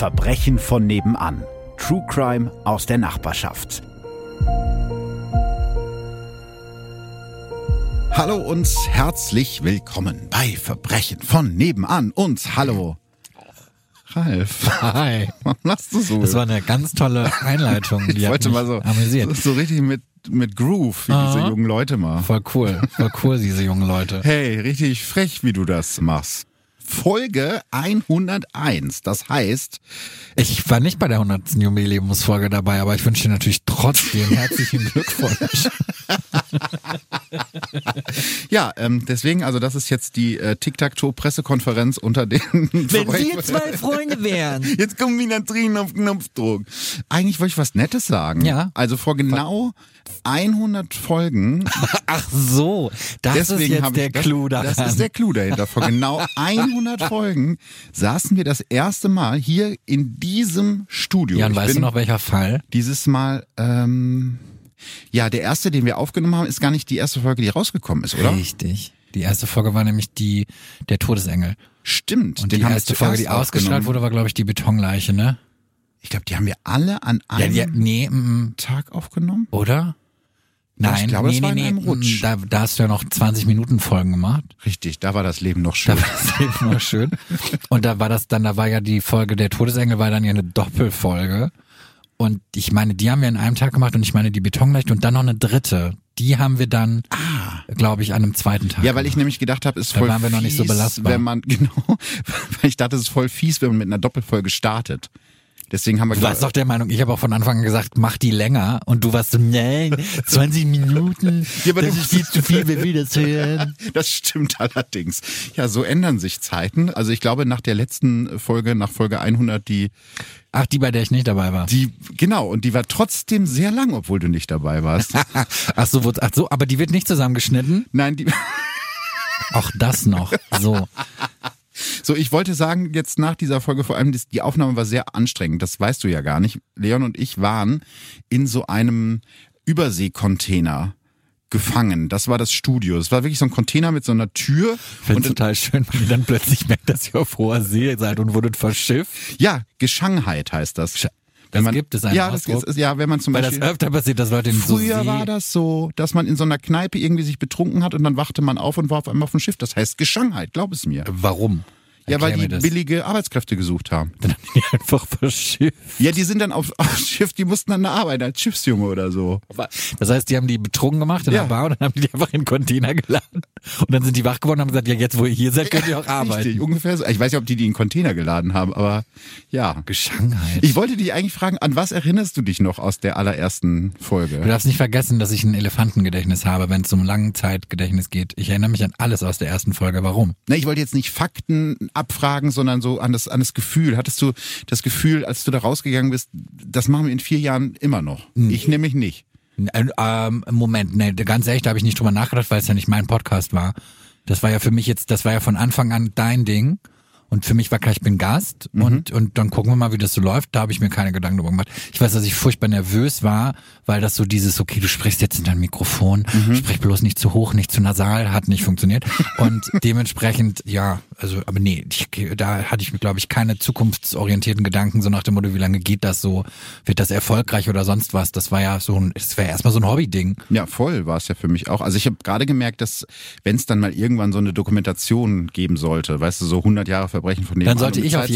Verbrechen von nebenan. True Crime aus der Nachbarschaft. Hallo und herzlich willkommen bei Verbrechen von nebenan. Und hallo, Ralf. Hi. Warum lachst du so? Das war eine ganz tolle Einleitung. Die ich wollte mal so amüsiert. So richtig mit Groove, wie diese jungen Leute mal. Voll cool, diese jungen Leute. Hey, richtig frech, wie du das machst. Folge 101, das heißt... Ich war nicht bei der 100. Jubiläumsfolge dabei, aber ich wünsche dir natürlich trotzdem herzlichen Glückwunsch. Ja, deswegen, also das ist jetzt die Tic-Tac-Toe-Pressekonferenz unter den... Wenn wir zwei Freunde wären. Jetzt kommen Minatrinen auf Knopfdruck. Eigentlich wollte ich was Nettes sagen. Ja. Also vor genau 100 Folgen... Ach so, das ist jetzt der Clou daran. Das ist der Clou dahinter. Vor genau 100 Folgen saßen wir das erste Mal hier in diesem Studio. Jan, weißt du noch welcher Fall? Dieses Mal, ja, der erste, den wir aufgenommen haben, ist gar nicht die erste Folge, die rausgekommen ist, oder? Richtig. Die erste Folge war nämlich der Todesengel. Stimmt. Und die erste Folge, die ausgestrahlt wurde, war, glaube ich, die Betonleiche, ne? Ich glaube, die haben wir alle an einem Tag aufgenommen. Oder? Nein, ich glaube, das war in einem Rutsch. Da hast du ja noch 20 Minuten Folgen gemacht. Richtig, da war das Leben noch schön. Und da war ja die Folge der Todesengel war dann ja eine Doppelfolge. Und ich meine, die haben wir an einem Tag gemacht und ich meine die Betonleiche und dann noch eine dritte. Die haben wir dann, glaube ich, an einem zweiten Tag Ja, weil ich nämlich gedacht habe, ist voll waren wir fies, noch nicht so belastbar. Wenn man, genau, weil ich dachte, es ist voll fies, wenn man mit einer Doppelfolge startet. Deswegen haben wir Du warst doch der Meinung, ich habe auch von Anfang an gesagt, mach die länger. Und du warst so, nein, 20 Minuten, ja, aber das ist viel zu viel, wer will das hören? Das stimmt allerdings. Ja, so ändern sich Zeiten. Also ich glaube, nach der letzten Folge, nach Folge 100, die, bei der ich nicht dabei war. Genau, und die war trotzdem sehr lang, obwohl du nicht dabei warst. Ach so, aber die wird nicht zusammengeschnitten? Nein, Auch das noch, so. So, ich wollte sagen, jetzt nach dieser Folge vor allem, die Aufnahme war sehr anstrengend, das weißt du ja gar nicht. Leon und ich waren in so einem Überseekontainer gefangen. Das war das Studio. Das war wirklich so ein Container mit so einer Tür. Ich finde es total schön, weil ihr dann plötzlich merkt, dass ihr auf hoher See seid und wurdet verschifft. Ja, Geschangheit heißt das. Gibt es einen Ausdruck? Wenn man zum Weil Beispiel... das öfter passiert, dass Leute in so Früher war das so, dass man in so einer Kneipe irgendwie sich betrunken hat und dann wachte man auf und war auf einmal auf dem Schiff. Das heißt Geschangheit, glaub es mir. Warum? Ja, weil die billige Arbeitskräfte gesucht haben. Dann haben die einfach verschifft. Ja, die sind dann auf Schiff, die mussten dann arbeiten als Schiffsjunge oder so. Das heißt, die haben die betrunken gemacht in der Bar und dann haben die einfach in den Container geladen. Und dann sind die wach geworden und haben gesagt, ja, jetzt wo ihr hier seid, könnt ihr auch arbeiten. Richtig, ungefähr so. Ich weiß nicht, ob die in den Container geladen haben, aber ja. Geschangheit. Ich wollte dich eigentlich fragen, an was erinnerst du dich noch aus der allerersten Folge? Du darfst nicht vergessen, dass ich ein Elefantengedächtnis habe, wenn es um Langzeitgedächtnis geht. Ich erinnere mich an alles aus der ersten Folge. Warum? Ne, ich wollte jetzt nicht Fakten abfragen, sondern so an das Gefühl. Hattest du das Gefühl, als du da rausgegangen bist, das machen wir in 4 Jahren immer noch? Ich nämlich nicht. Moment, ne, ganz ehrlich, da habe ich nicht drüber nachgedacht, weil es ja nicht mein Podcast war. Das war ja für mich das war ja von Anfang an dein Ding. Und für mich war klar, ich bin Gast und dann gucken wir mal, wie das so läuft. Da habe ich mir keine Gedanken drüber gemacht. Ich weiß, dass ich furchtbar nervös war, weil das so dieses, okay, du sprichst jetzt in dein Mikrofon, sprich bloß nicht zu hoch, nicht zu nasal, hat nicht funktioniert. Und dementsprechend, ja, also, aber nee, da hatte ich, glaube ich, keine zukunftsorientierten Gedanken, so nach dem Motto, wie lange geht das so, wird das erfolgreich oder sonst was. Das war ja das wäre erstmal so ein Hobbyding. Ja, voll war es ja für mich auch. Also ich habe gerade gemerkt, dass, wenn es dann mal irgendwann so eine Dokumentation geben sollte, weißt du, so 100 Jahre Verbrechen von nebenan. Dann sollte ich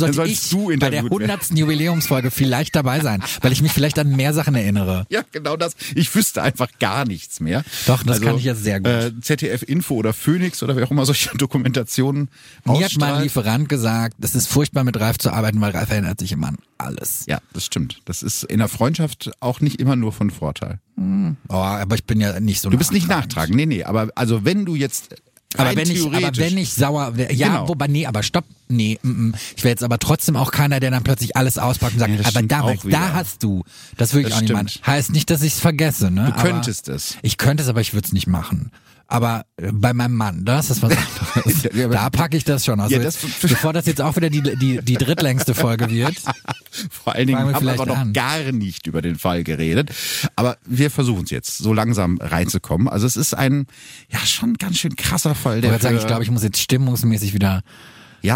bei der 100. Jubiläumsfolge vielleicht dabei sein, weil ich mich vielleicht an mehr Sachen erinnere. Ja, genau das. Ich wüsste einfach gar nichts mehr. Doch, das kann ich jetzt sehr gut. ZDF Info oder Phoenix oder wer auch immer solche Dokumentationen Mir hat mein Lieferant gesagt, es ist furchtbar mit Ralf zu arbeiten, weil Ralf erinnert sich immer an alles. Ja, das stimmt. Das ist in der Freundschaft auch nicht immer nur von Vorteil. Oh, aber ich bin ja nicht so Du bist nicht nachtragend. Nee, aber also wenn du jetzt aber wenn ich sauer wäre, ja, genau. Wobei, nee, aber stopp, nee, ich wäre jetzt aber trotzdem auch keiner, der dann plötzlich alles auspackt und sagt, ja, aber damals, da hast du, das würde ich auch nicht machen. Heißt nicht, dass ich es vergesse, ne? Du könntest es. Ich könnte es, aber ich würde es nicht machen. Aber bei meinem Mann, das ist was anderes. Da packe ich das schon aus. Ja, bevor das jetzt auch wieder die drittlängste Folge wird. Vor allen Dingen haben wir aber noch gar nicht über den Fall geredet. Aber wir versuchen es jetzt, so langsam reinzukommen. Also es ist ein, ja, schon ganz schön krasser Fall. Ich würde sagen, ich glaube, ich muss jetzt stimmungsmäßig wieder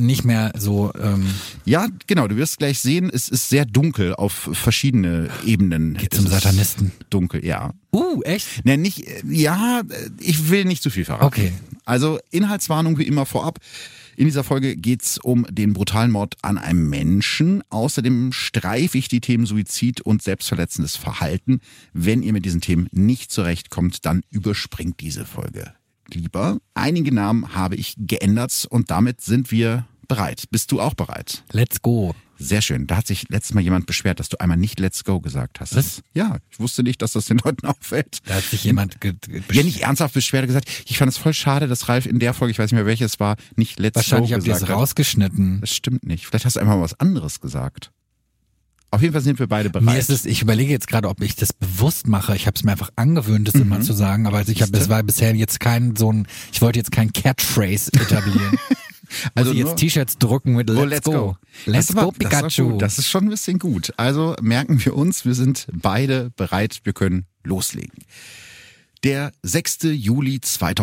nicht mehr so... Ja, genau, du wirst gleich sehen, es ist sehr dunkel auf verschiedene Ebenen. Geht zum Satanisten. Dunkel, ja. Echt? Ne, nicht, ja, ich will nicht zu viel verraten. Okay. Also Inhaltswarnung wie immer vorab. In dieser Folge geht's um den brutalen Mord an einem Menschen. Außerdem streife ich die Themen Suizid und selbstverletzendes Verhalten. Wenn ihr mit diesen Themen nicht zurechtkommt, dann überspringt diese Folge lieber. Einige Namen habe ich geändert und damit sind wir bereit. Bist du auch bereit? Let's go. Sehr schön. Da hat sich letztes Mal jemand beschwert, dass du einmal nicht Let's Go gesagt hast. Was? Ja, ich wusste nicht, dass das den Leuten auffällt. Da hat sich jemand Ja, nicht ernsthaft beschwert, gesagt, ich fand es voll schade, dass Ralf in der Folge, ich weiß nicht mehr welches war, nicht Let's Go Wahrscheinlich habt ihr gesagt es hat. rausgeschnitten. Das stimmt nicht. Vielleicht hast du einfach mal was anderes gesagt. Auf jeden Fall sind wir beide bereit. Mir ist es, ich überlege jetzt gerade, ob ich das bewusst mache. Ich habe es mir einfach angewöhnt, das immer zu sagen, aber es war bisher jetzt kein ich wollte jetzt kein Catchphrase etablieren. Also muss ich jetzt T-Shirts drucken mit Let's Go. Let's Go, Pikachu. Das ist schon ein bisschen gut. Also merken wir uns, wir sind beide bereit, wir können loslegen. Der 6. Juli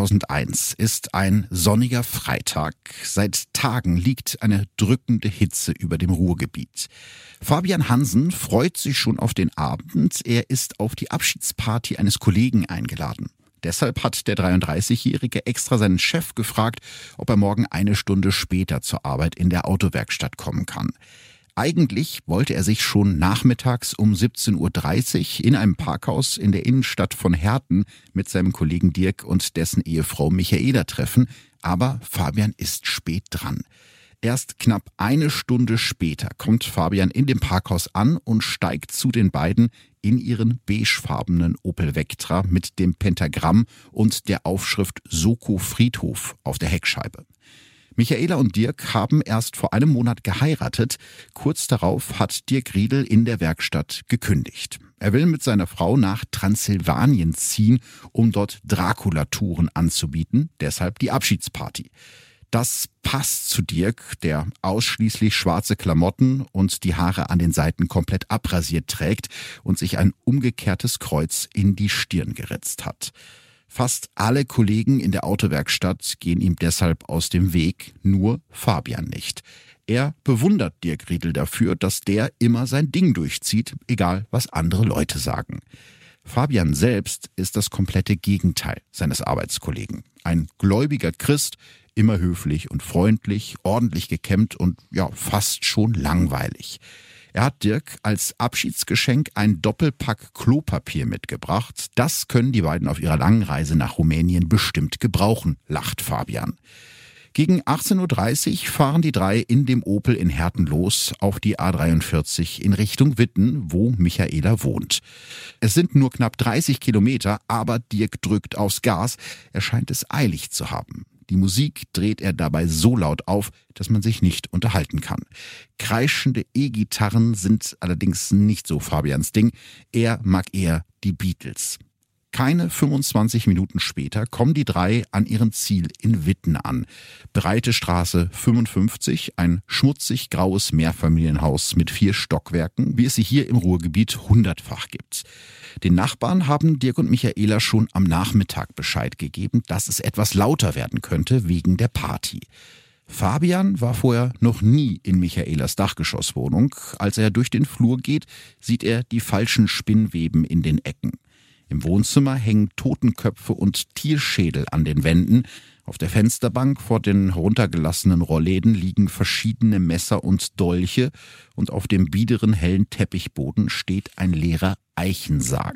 2001 ist ein sonniger Freitag. Seit Tagen liegt eine drückende Hitze über dem Ruhrgebiet. Fabian Hansen freut sich schon auf den Abend. Er ist auf die Abschiedsparty eines Kollegen eingeladen. Deshalb hat der 33-Jährige extra seinen Chef gefragt, ob er morgen eine Stunde später zur Arbeit in der Autowerkstatt kommen kann. Eigentlich wollte er sich schon nachmittags um 17.30 Uhr in einem Parkhaus in der Innenstadt von Herten mit seinem Kollegen Dirk und dessen Ehefrau Michaela treffen, aber Fabian ist spät dran. Erst knapp eine Stunde später kommt Fabian in dem Parkhaus an und steigt zu den beiden in ihren beigefarbenen Opel Vectra mit dem Pentagramm und der Aufschrift Soko Friedhof auf der Heckscheibe. Michaela und Dirk haben erst vor einem Monat geheiratet. Kurz darauf hat Dirk Riedel in der Werkstatt gekündigt. Er will mit seiner Frau nach Transsilvanien ziehen, um dort Dracula-Touren anzubieten, deshalb die Abschiedsparty. Das passt zu Dirk, der ausschließlich schwarze Klamotten und die Haare an den Seiten komplett abrasiert trägt und sich ein umgekehrtes Kreuz in die Stirn geritzt hat. Fast alle Kollegen in der Autowerkstatt gehen ihm deshalb aus dem Weg, nur Fabian nicht. Er bewundert Dirk Riedel dafür, dass der immer sein Ding durchzieht, egal was andere Leute sagen. Fabian selbst ist das komplette Gegenteil seines Arbeitskollegen. Ein gläubiger Christ, immer höflich und freundlich, ordentlich gekämmt und ja, fast schon langweilig. Er hat Dirk als Abschiedsgeschenk ein Doppelpack Klopapier mitgebracht. Das können die beiden auf ihrer langen Reise nach Rumänien bestimmt gebrauchen, lacht Fabian. Gegen 18.30 Uhr fahren die drei in dem Opel in Herten los auf die A43 in Richtung Witten, wo Michaela wohnt. Es sind nur knapp 30 Kilometer, aber Dirk drückt aufs Gas. Er scheint es eilig zu haben. Die Musik dreht er dabei so laut auf, dass man sich nicht unterhalten kann. Kreischende E-Gitarren sind allerdings nicht so Fabians Ding. Er mag eher die Beatles. Keine 25 Minuten später kommen die drei an ihrem Ziel in Witten an. Breite Straße 55, ein schmutzig graues Mehrfamilienhaus mit 4 Stockwerken, wie es sie hier im Ruhrgebiet hundertfach gibt. Den Nachbarn haben Dirk und Michaela schon am Nachmittag Bescheid gegeben, dass es etwas lauter werden könnte wegen der Party. Fabian war vorher noch nie in Michaelas Dachgeschosswohnung. Als er durch den Flur geht, sieht er die falschen Spinnweben in den Ecken. Im Wohnzimmer hängen Totenköpfe und Tierschädel an den Wänden. Auf der Fensterbank vor den heruntergelassenen Rollläden liegen verschiedene Messer und Dolche und auf dem biederen hellen Teppichboden steht ein leerer Eichensarg.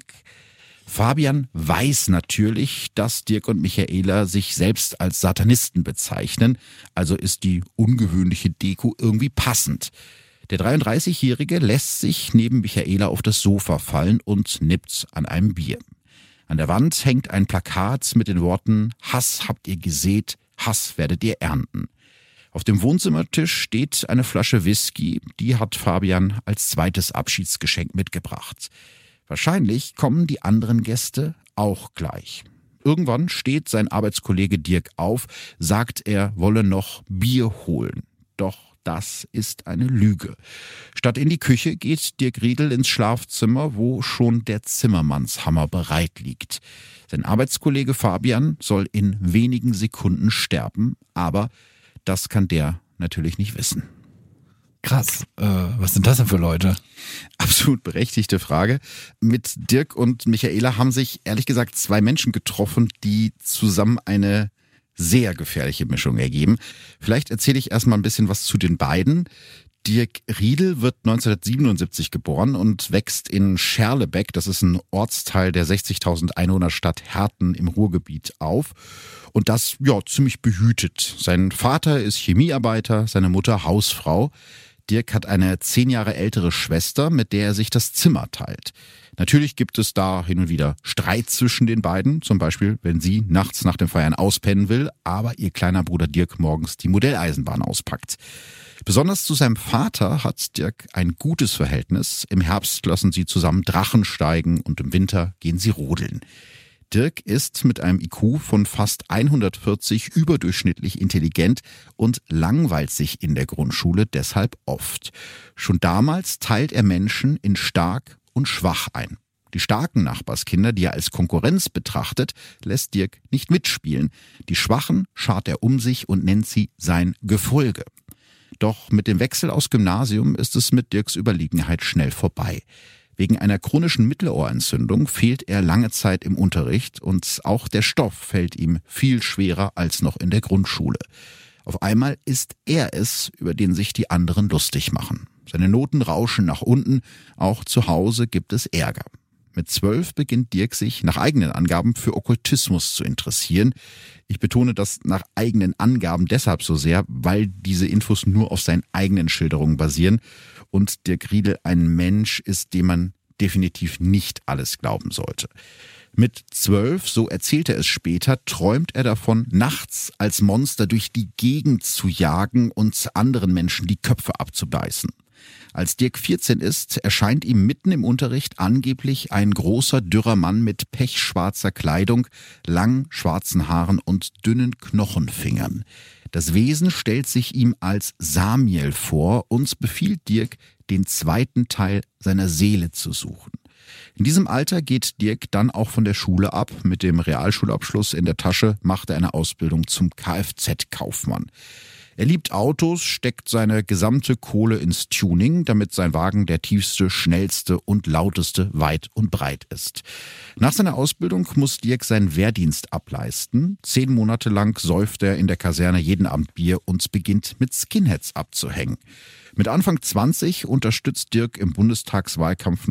Fabian weiß natürlich, dass Dirk und Michaela sich selbst als Satanisten bezeichnen, also ist die ungewöhnliche Deko irgendwie passend. Der 33-Jährige lässt sich neben Michaela auf das Sofa fallen und nippt an einem Bier. An der Wand hängt ein Plakat mit den Worten »Hass habt ihr gesät, Hass werdet ihr ernten«. Auf dem Wohnzimmertisch steht eine Flasche Whisky, die hat Fabian als zweites Abschiedsgeschenk mitgebracht. Wahrscheinlich kommen die anderen Gäste auch gleich. Irgendwann steht sein Arbeitskollege Dirk auf, sagt, er wolle noch Bier holen. Doch das ist eine Lüge. Statt in die Küche geht Dirk Riedel ins Schlafzimmer, wo schon der Zimmermannshammer bereit liegt. Sein Arbeitskollege Fabian soll in wenigen Sekunden sterben, aber das kann der natürlich nicht wissen. Krass. Was sind das denn für Leute? Absolut berechtigte Frage. Mit Dirk und Michaela haben sich ehrlich gesagt 2 Menschen getroffen, die zusammen eine sehr gefährliche Mischung ergeben. Vielleicht erzähle ich erstmal ein bisschen was zu den beiden. Dirk Riedel wird 1977 geboren und wächst in Scherlebeck, das ist ein Ortsteil der 60.000 Einwohnerstadt Herten im Ruhrgebiet, auf. Und das, ja, ziemlich behütet. Sein Vater ist Chemiearbeiter, seine Mutter Hausfrau. Dirk hat eine 10 Jahre ältere Schwester, mit der er sich das Zimmer teilt. Natürlich gibt es da hin und wieder Streit zwischen den beiden, zum Beispiel, wenn sie nachts nach dem Feiern auspennen will, aber ihr kleiner Bruder Dirk morgens die Modelleisenbahn auspackt. Besonders zu seinem Vater hat Dirk ein gutes Verhältnis. Im Herbst lassen sie zusammen Drachen steigen und im Winter gehen sie rodeln. Dirk ist mit einem IQ von fast 140 überdurchschnittlich intelligent und langweilt sich in der Grundschule deshalb oft. Schon damals teilt er Menschen in stark und schwach ein. Die starken Nachbarskinder, die er als Konkurrenz betrachtet, lässt Dirk nicht mitspielen. Die Schwachen schart er um sich und nennt sie sein Gefolge. Doch mit dem Wechsel aus Gymnasium ist es mit Dirks Überlegenheit schnell vorbei. Wegen einer chronischen Mittelohrentzündung fehlt er lange Zeit im Unterricht und auch der Stoff fällt ihm viel schwerer als noch in der Grundschule. Auf einmal ist er es, über den sich die anderen lustig machen. Seine Noten rauschen nach unten, auch zu Hause gibt es Ärger. Mit 12 beginnt Dirk sich nach eigenen Angaben für Okkultismus zu interessieren. Ich betone das nach eigenen Angaben deshalb so sehr, weil diese Infos nur auf seinen eigenen Schilderungen basieren und Dirk Riedel ein Mensch ist, dem man definitiv nicht alles glauben sollte. Mit 12, so erzählt er es später, träumt er davon, nachts als Monster durch die Gegend zu jagen und anderen Menschen die Köpfe abzubeißen. Als Dirk 14 ist, erscheint ihm mitten im Unterricht angeblich ein großer, dürrer Mann mit pechschwarzer Kleidung, langen schwarzen Haaren und dünnen Knochenfingern. Das Wesen stellt sich ihm als Samiel vor und befiehlt Dirk, den 2. Teil seiner Seele zu suchen. In diesem Alter geht Dirk dann auch von der Schule ab. Mit dem Realschulabschluss in der Tasche macht er eine Ausbildung zum Kfz-Kaufmann. Er liebt Autos, steckt seine gesamte Kohle ins Tuning, damit sein Wagen der tiefste, schnellste und lauteste weit und breit ist. Nach seiner Ausbildung muss Dirk seinen Wehrdienst ableisten. 10 Monate lang säuft er in der Kaserne jeden Abend Bier und beginnt mit Skinheads abzuhängen. Mit Anfang 20 unterstützt Dirk im Bundestagswahlkampf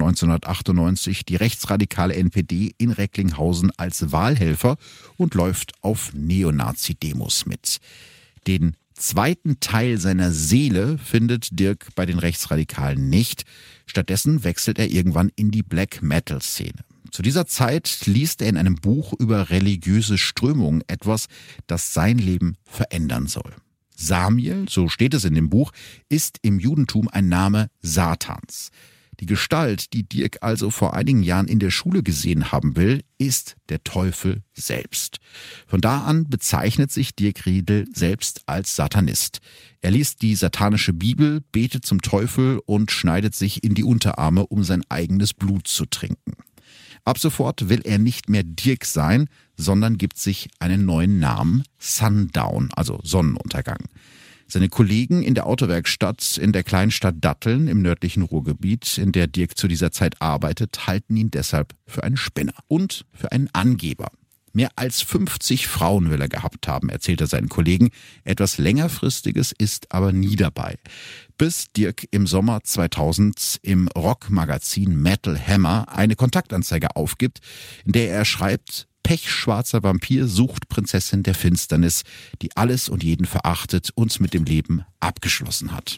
1998 die rechtsradikale NPD in Recklinghausen als Wahlhelfer und läuft auf Neonazi-Demos mit. Den 2. Teil seiner Seele findet Dirk bei den Rechtsradikalen nicht. Stattdessen wechselt er irgendwann in die Black-Metal-Szene. Zu dieser Zeit liest er in einem Buch über religiöse Strömungen etwas, das sein Leben verändern soll. Samiel, so steht es in dem Buch, ist im Judentum ein Name Satans. Die Gestalt, die Dirk also vor einigen Jahren in der Schule gesehen haben will, ist der Teufel selbst. Von da an bezeichnet sich Dirk Riedel selbst als Satanist. Er liest die satanische Bibel, betet zum Teufel und schneidet sich in die Unterarme, um sein eigenes Blut zu trinken. Ab sofort will er nicht mehr Dirk sein, sondern gibt sich einen neuen Namen, Sundown, also Sonnenuntergang. Seine Kollegen in der Autowerkstatt in der kleinen Stadt Datteln im nördlichen Ruhrgebiet, in der Dirk zu dieser Zeit arbeitet, halten ihn deshalb für einen Spinner und für einen Angeber. Mehr als 50 Frauen will er gehabt haben, erzählt er seinen Kollegen. Etwas längerfristiges ist aber nie dabei. Bis Dirk im Sommer 2000 im Rockmagazin Metal Hammer eine Kontaktanzeige aufgibt, in der er schreibt: Pechschwarzer Vampir sucht Prinzessin der Finsternis, die alles und jeden verachtet und mit dem Leben abgeschlossen hat.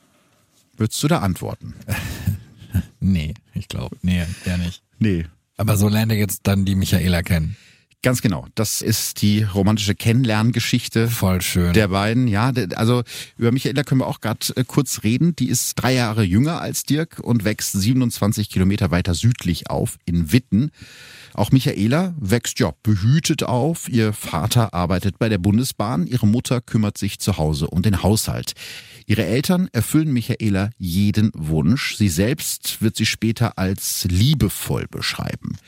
Würdest du da antworten? Nee, ich glaube, der nicht. Nee. Aber so lernt er jetzt dann die Michaela kennen. Ganz genau. Das ist die romantische Kennenlerngeschichte. Voll schön. Der beiden. Ja, also über Michaela können wir auch gerade kurz reden. Die ist 3 Jahre jünger als Dirk und wächst 27 Kilometer weiter südlich auf, in Witten. Auch Michaela wächst behütet auf. Ihr Vater arbeitet bei der Bundesbahn. Ihre Mutter kümmert sich zu Hause um den Haushalt. Ihre Eltern erfüllen Michaela jeden Wunsch. Sie selbst wird sie später als liebevoll beschreiben.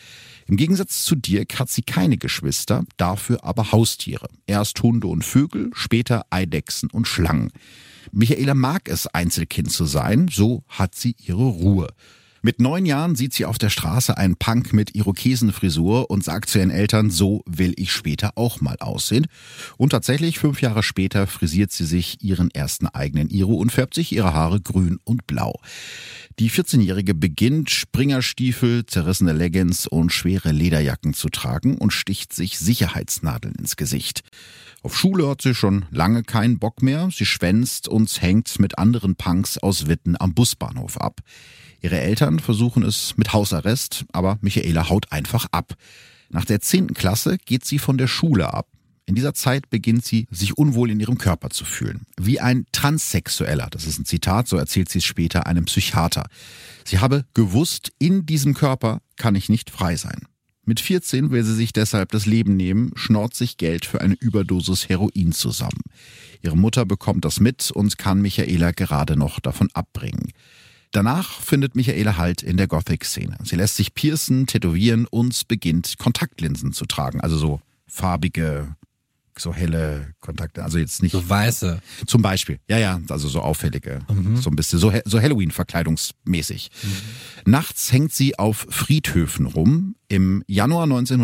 Im Gegensatz zu Dirk hat sie keine Geschwister, dafür aber Haustiere. Erst Hunde und Vögel, später Eidechsen und Schlangen. Michaela mag es, Einzelkind zu sein, so hat sie ihre Ruhe. Mit 9 Jahren sieht sie auf der Straße einen Punk mit Irokesenfrisur und sagt zu ihren Eltern, so will ich später auch mal aussehen. Und tatsächlich 5 Jahre später frisiert sie sich ihren ersten eigenen Iro und färbt sich ihre Haare grün und blau. Die 14-Jährige beginnt, Springerstiefel, zerrissene Leggings und schwere Lederjacken zu tragen und sticht sich Sicherheitsnadeln ins Gesicht. Auf Schule hat sie schon lange keinen Bock mehr. Sie schwänzt und hängt mit anderen Punks aus Witten am Busbahnhof ab. Ihre Eltern versuchen es mit Hausarrest, aber Michaela haut einfach ab. Nach der 10. Klasse geht sie von der Schule ab. In dieser Zeit beginnt sie, sich unwohl in ihrem Körper zu fühlen. Wie ein Transsexueller, das ist ein Zitat, so erzählt sie es später einem Psychiater. Sie habe gewusst, in diesem Körper kann ich nicht frei sein. Mit 14 will sie sich deshalb das Leben nehmen, schnorrt sich Geld für eine Überdosis Heroin zusammen. Ihre Mutter bekommt das mit und kann Michaela gerade noch davon abbringen. Danach findet Michaela Halt in der Gothic-Szene. Sie lässt sich piercen, tätowieren und beginnt Kontaktlinsen zu tragen. Also so farbige, so helle Kontakte, also jetzt nicht... So weiße. Zum Beispiel, ja, also so auffällige, so ein bisschen, so Halloween-verkleidungsmäßig. Nachts hängt sie auf Friedhöfen rum. Im Januar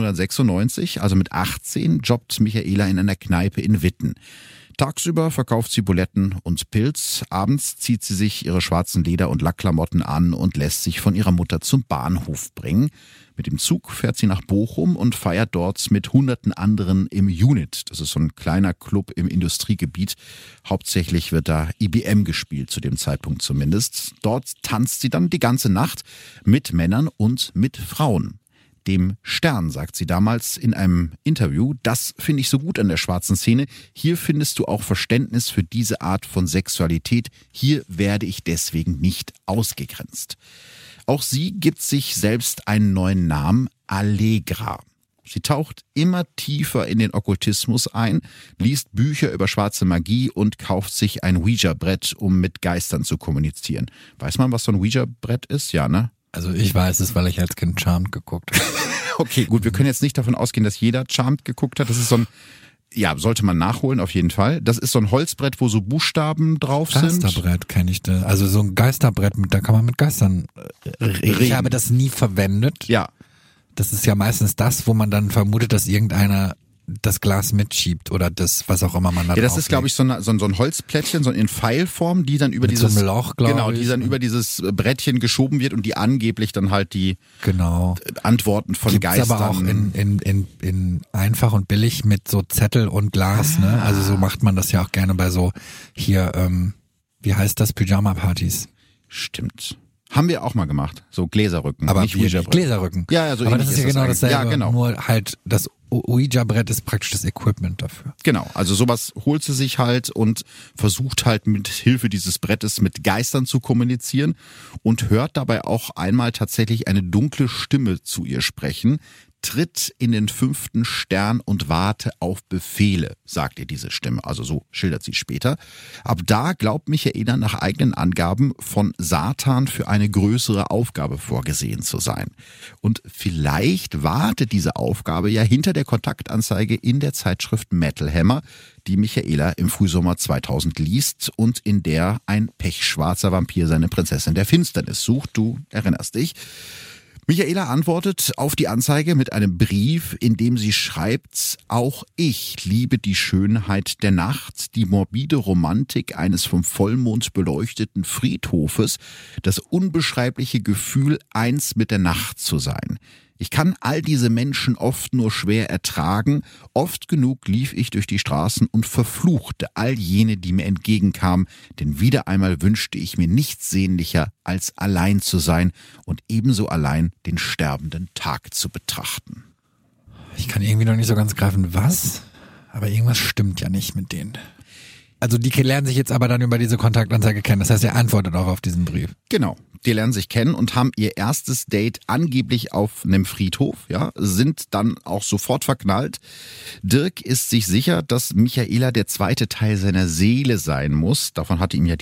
1996, also mit 18, jobbt Michaela in einer Kneipe in Witten. Tagsüber verkauft sie Buletten und Pilz, abends zieht sie sich ihre schwarzen Leder- und Lackklamotten an und lässt sich von ihrer Mutter zum Bahnhof bringen. Mit dem Zug fährt sie nach Bochum und feiert dort mit hunderten anderen im Unit. Das ist so ein kleiner Club im Industriegebiet. Hauptsächlich wird da IBM gespielt, zu dem Zeitpunkt zumindest. Dort tanzt sie dann die ganze Nacht mit Männern und mit Frauen. Dem Stern sagt sie damals in einem Interview, das finde ich so gut an der schwarzen Szene. Hier findest du auch Verständnis für diese Art von Sexualität. Hier werde ich deswegen nicht ausgegrenzt. Auch sie gibt sich selbst einen neuen Namen, Allegra. Sie taucht immer tiefer in den Okkultismus ein, liest Bücher über schwarze Magie und kauft sich ein Ouija-Brett, um mit Geistern zu kommunizieren. Weiß man, was so ein Ouija-Brett ist? Ja, ne? Also ich weiß es, weil ich als Kind Charmed geguckt habe. Okay, gut, wir können jetzt nicht davon ausgehen, dass jeder Charmed geguckt hat. Das ist so ein, ja, sollte man nachholen auf jeden Fall. Das ist so ein Holzbrett, wo so Buchstaben drauf sind. Geisterbrett kenne ich da. Also so ein Geisterbrett, da kann man mit Geistern reden. Ich habe das nie verwendet. Ja. Das ist ja meistens das, wo man dann vermutet, dass irgendeiner das Glas mitschiebt oder das, was auch immer man da drauf Ja, das ist, glaube ich, so ein Holzplättchen, so in Pfeilform, die dann über mit dieses so einem Loch, genau, ich. die dann über dieses Brettchen geschoben wird und die angeblich dann halt die Antworten von Gibt's Geistern. Aber auch in einfach und billig mit so Zettel und Glas, ne? Also so macht man das ja auch gerne bei so hier, wie heißt das, Pyjama-Partys. Stimmt. Haben wir auch mal gemacht. So Gläserrücken. Aber nicht Gläserrücken. Ja, so aber das ist ja genau dasselbe. Ja, genau. Nur halt das Ouija-Brett ist praktisch das Equipment dafür. Genau, also sowas holt sie sich halt und versucht halt mit Hilfe dieses Brettes mit Geistern zu kommunizieren und hört dabei auch einmal tatsächlich eine dunkle Stimme zu ihr sprechen. Tritt in den 5. Stern und warte auf Befehle, sagt ihr diese Stimme. Also so schildert sie später. Ab da glaubt Michaela nach eigenen Angaben von Satan für eine größere Aufgabe vorgesehen zu sein. Und vielleicht wartet diese Aufgabe ja hinter der Kontaktanzeige in der Zeitschrift Metal Hammer, die Michaela im Frühsommer 2000 liest und in der ein pechschwarzer Vampir seine Prinzessin der Finsternis sucht. Du erinnerst dich. Michaela antwortet auf die Anzeige mit einem Brief, in dem sie schreibt, auch ich liebe die Schönheit der Nacht, die morbide Romantik eines vom Vollmond beleuchteten Friedhofes, das unbeschreibliche Gefühl, eins mit der Nacht zu sein. Ich kann all diese Menschen oft nur schwer ertragen. Oft genug lief ich durch die Straßen und verfluchte all jene, die mir entgegenkamen, denn wieder einmal wünschte ich mir nichts sehnlicher, als allein zu sein und ebenso allein den sterbenden Tag zu betrachten. Ich kann irgendwie noch nicht so ganz greifen, was, aber irgendwas stimmt ja nicht mit denen. Also die lernen sich jetzt aber dann über diese Kontaktanzeige kennen. Das heißt, er antwortet auch auf diesen Brief. Genau. Die lernen sich kennen und haben ihr erstes Date angeblich auf einem Friedhof, ja, sind dann auch sofort verknallt. Dirk ist sich sicher, dass Michaela der zweite Teil seiner Seele sein muss. Davon hatte ihm ja dieser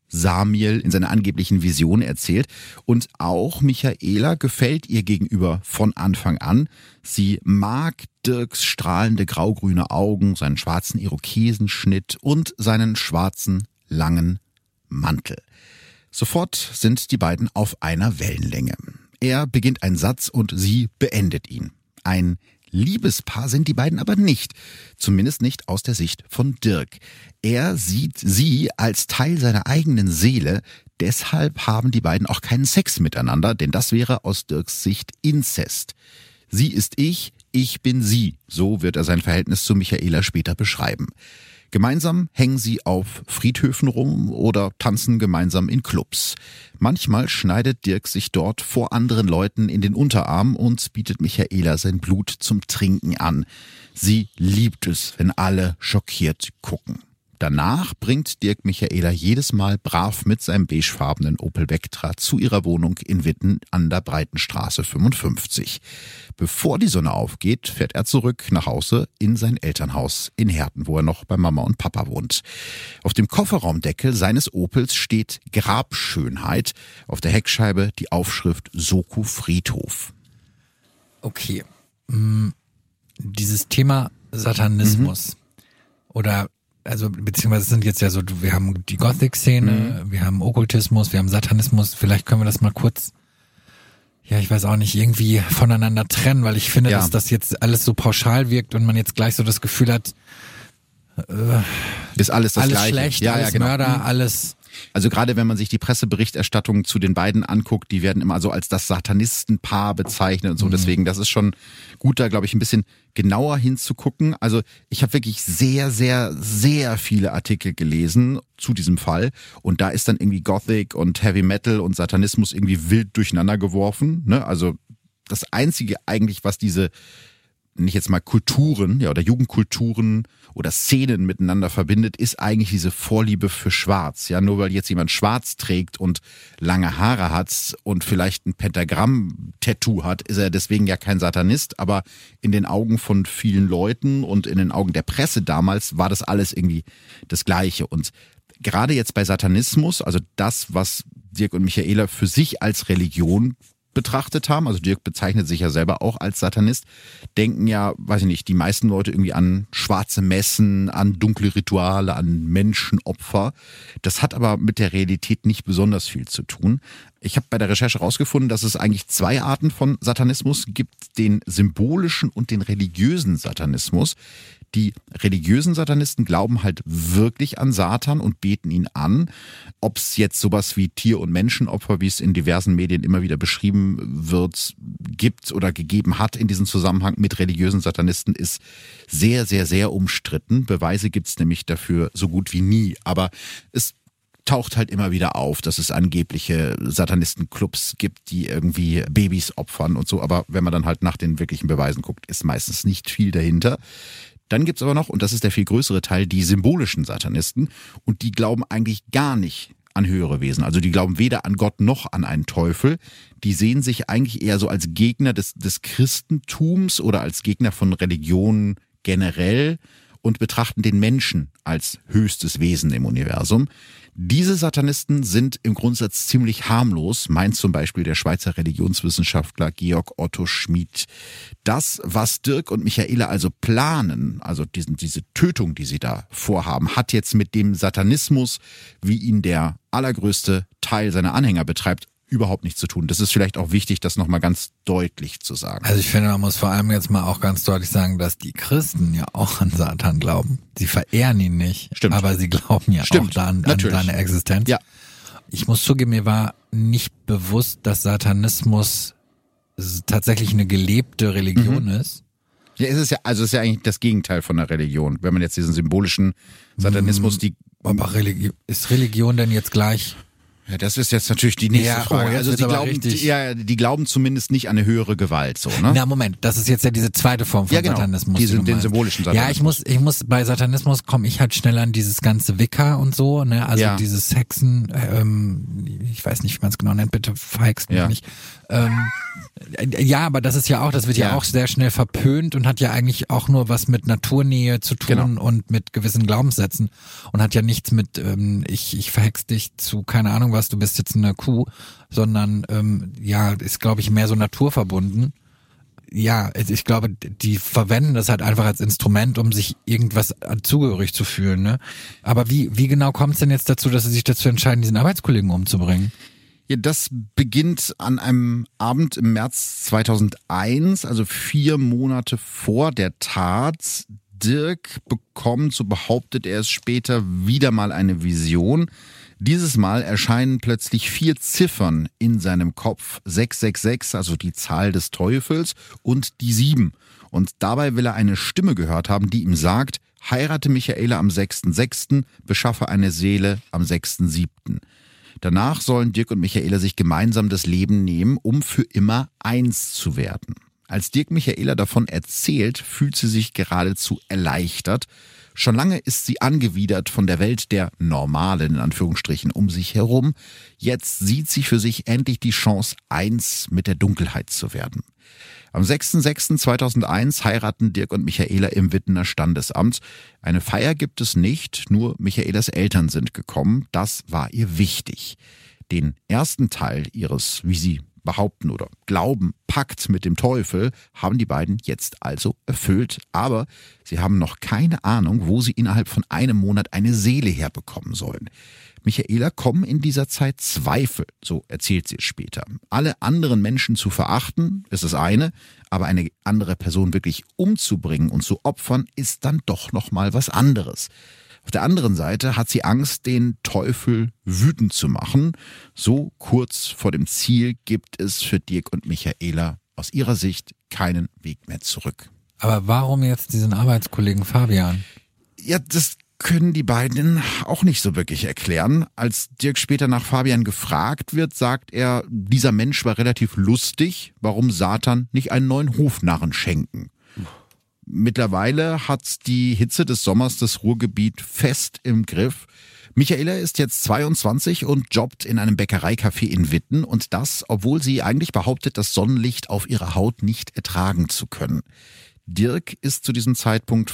Samiel in seiner angeblichen Vision erzählt. Und auch Michaela gefällt ihr gegenüber von Anfang an. Sie mag Dirks strahlende graugrüne Augen, seinen schwarzen Irokesenschnitt und seinen schwarzen, langen Mantel. Sofort sind die beiden auf einer Wellenlänge. Er beginnt einen Satz und sie beendet ihn. Ein Liebespaar sind die beiden aber nicht. Zumindest nicht aus der Sicht von Dirk. Er sieht sie als Teil seiner eigenen Seele. Deshalb haben die beiden auch keinen Sex miteinander, denn das wäre aus Dirks Sicht Inzest. Sie ist ich bin sie. So wird er sein Verhältnis zu Michaela später beschreiben. Gemeinsam hängen sie auf Friedhöfen rum oder tanzen gemeinsam in Clubs. Manchmal schneidet Dirk sich dort vor anderen Leuten in den Unterarm und bietet Michaela sein Blut zum Trinken an. Sie liebt es, wenn alle schockiert gucken. Danach bringt Dirk Michaela jedes Mal brav mit seinem beigefarbenen Opel Vectra zu ihrer Wohnung in Witten an der Breitenstraße 55. Bevor die Sonne aufgeht, fährt er zurück nach Hause in sein Elternhaus in Herten, wo er noch bei Mama und Papa wohnt. Auf dem Kofferraumdeckel seines Opels steht Grabschönheit, auf der Heckscheibe die Aufschrift Soko Friedhof. Okay. Dieses Thema Satanismus oder also beziehungsweise es sind jetzt ja so, wir haben die Gothic-Szene, wir haben Okkultismus, wir haben Satanismus, vielleicht können wir das mal kurz, ja ich weiß auch nicht, irgendwie voneinander trennen, weil ich finde, dass das jetzt alles so pauschal wirkt und man jetzt gleich so das Gefühl hat, ist alles das Gleiche. Schlecht, ja, alles ja, genau. Mörder, alles. Also gerade wenn man sich die Presseberichterstattung zu den beiden anguckt, die werden immer so als das Satanistenpaar bezeichnet und so. Deswegen, das ist schon gut, da glaube ich ein bisschen genauer hinzugucken. Also ich habe wirklich sehr, sehr, sehr viele Artikel gelesen zu diesem Fall und da ist dann irgendwie Gothic und Heavy Metal und Satanismus irgendwie wild durcheinander geworfen. Ne? Also das Einzige eigentlich, was diese nicht jetzt mal Kulturen, ja, oder Jugendkulturen oder Szenen miteinander verbindet, ist eigentlich diese Vorliebe für Schwarz. Ja, nur weil jetzt jemand Schwarz trägt und lange Haare hat und vielleicht ein Pentagramm-Tattoo hat, ist er deswegen ja kein Satanist. Aber in den Augen von vielen Leuten und in den Augen der Presse damals war das alles irgendwie das Gleiche. Und gerade jetzt bei Satanismus, also das, was Dirk und Michaela für sich als Religion betrachtet haben, also Dirk bezeichnet sich ja selber auch als Satanist, denken ja, weiß ich nicht, die meisten Leute irgendwie an schwarze Messen, an dunkle Rituale, an Menschenopfer. Das hat aber mit der Realität nicht besonders viel zu tun. Ich habe bei der Recherche herausgefunden, dass es eigentlich zwei Arten von Satanismus gibt, den symbolischen und den religiösen Satanismus. Die religiösen Satanisten glauben halt wirklich an Satan und beten ihn an. Ob es jetzt sowas wie Tier- und Menschenopfer, wie es in diversen Medien immer wieder beschrieben wird, gibt oder gegeben hat in diesem Zusammenhang mit religiösen Satanisten, ist sehr, sehr, sehr umstritten. Beweise gibt es nämlich dafür so gut wie nie. Aber es taucht halt immer wieder auf, dass es angebliche Satanistenclubs gibt, die irgendwie Babys opfern und so. Aber wenn man dann halt nach den wirklichen Beweisen guckt, ist meistens nicht viel dahinter. Dann gibt's aber noch, und das ist der viel größere Teil, die symbolischen Satanisten. Und die glauben eigentlich gar nicht an höhere Wesen. Also die glauben weder an Gott noch an einen Teufel. Die sehen sich eigentlich eher so als Gegner des Christentums oder als Gegner von Religionen generell und betrachten den Menschen als höchstes Wesen im Universum. Diese Satanisten sind im Grundsatz ziemlich harmlos, meint zum Beispiel der Schweizer Religionswissenschaftler Georg Otto Schmid. Das, was Dirk und Michaela also planen, also diese Tötung, die sie da vorhaben, hat jetzt mit dem Satanismus, wie ihn der allergrößte Teil seiner Anhänger betreibt, überhaupt nichts zu tun. Das ist vielleicht auch wichtig, das nochmal ganz deutlich zu sagen. Also ich finde, man muss vor allem jetzt mal auch ganz deutlich sagen, dass die Christen ja auch an Satan glauben. Sie verehren ihn nicht, Stimmt. aber sie glauben ja auch an seine Existenz. Ja. Ich muss zugeben, mir war nicht bewusst, dass Satanismus tatsächlich eine gelebte Religion ist. Ja, es ist ja eigentlich das Gegenteil von der Religion. Wenn man jetzt diesen symbolischen Satanismus, Aber ist Religion denn jetzt gleich? Ja, das ist jetzt natürlich die nächste Frage. Also die glauben zumindest nicht an eine höhere Gewalt, so, ne? Na Moment, das ist jetzt ja diese zweite Form von Satanismus. Den symbolischen Satanismus. Ja, ich muss bei Satanismus komme ich halt schnell an dieses ganze Wicca und so, ne? Also dieses Hexen, ich weiß nicht, wie man es genau nennt, bitte verhext mich nicht. Ja, aber das ist ja auch, das wird ja auch sehr schnell verpönt und hat ja eigentlich auch nur was mit Naturnähe zu tun und mit gewissen Glaubenssätzen und hat ja nichts mit ich verhex dich zu keine Ahnung was, du bist jetzt eine Kuh, sondern ist glaube ich mehr so naturverbunden. Ja, ich glaube, die verwenden das halt einfach als Instrument, um sich irgendwas zugehörig zu fühlen, ne? Aber wie genau kommt es denn jetzt dazu, dass sie sich dazu entscheiden, diesen Arbeitskollegen umzubringen? Ja, das beginnt an einem Abend im März 2001, also 4 Monate vor der Tat. Dirk bekommt, so behauptet er es später, wieder mal eine Vision. Dieses Mal erscheinen plötzlich 4 Ziffern in seinem Kopf. 666, also die Zahl des Teufels, und die 7. Und dabei will er eine Stimme gehört haben, die ihm sagt, heirate Michaela am 6.6., beschaffe eine Seele am 6.7. Danach sollen Dirk und Michaela sich gemeinsam das Leben nehmen, um für immer eins zu werden. Als Dirk Michaela davon erzählt, fühlt sie sich geradezu erleichtert. Schon lange ist sie angewidert von der Welt der Normalen, in Anführungsstrichen, um sich herum. Jetzt sieht sie für sich endlich die Chance, eins mit der Dunkelheit zu werden. Am 6.6.2001 heiraten Dirk und Michaela im Wittener Standesamt. Eine Feier gibt es nicht, nur Michaelas Eltern sind gekommen. Das war ihr wichtig. Den ersten Teil ihres, wie sie behaupten oder glauben, Pakt mit dem Teufel haben die beiden jetzt also erfüllt. Aber sie haben noch keine Ahnung, wo sie innerhalb von einem Monat eine Seele herbekommen sollen. Michaela kommen in dieser Zeit Zweifel, so erzählt sie es später. Alle anderen Menschen zu verachten, ist das eine, aber eine andere Person wirklich umzubringen und zu opfern, ist dann doch nochmal was anderes. Auf der anderen Seite hat sie Angst, den Teufel wütend zu machen. So kurz vor dem Ziel gibt es für Dirk und Michaela aus ihrer Sicht keinen Weg mehr zurück. Aber warum jetzt diesen Arbeitskollegen Fabian? Ja, das können die beiden auch nicht so wirklich erklären. Als Dirk später nach Fabian gefragt wird, sagt er, dieser Mensch war relativ lustig, warum Satan nicht einen neuen Hofnarren schenken. Mittlerweile hat die Hitze des Sommers das Ruhrgebiet fest im Griff. Michaela ist jetzt 22 und jobbt in einem Bäckereicafé in Witten und das, obwohl sie eigentlich behauptet, das Sonnenlicht auf ihrer Haut nicht ertragen zu können. Dirk ist zu diesem Zeitpunkt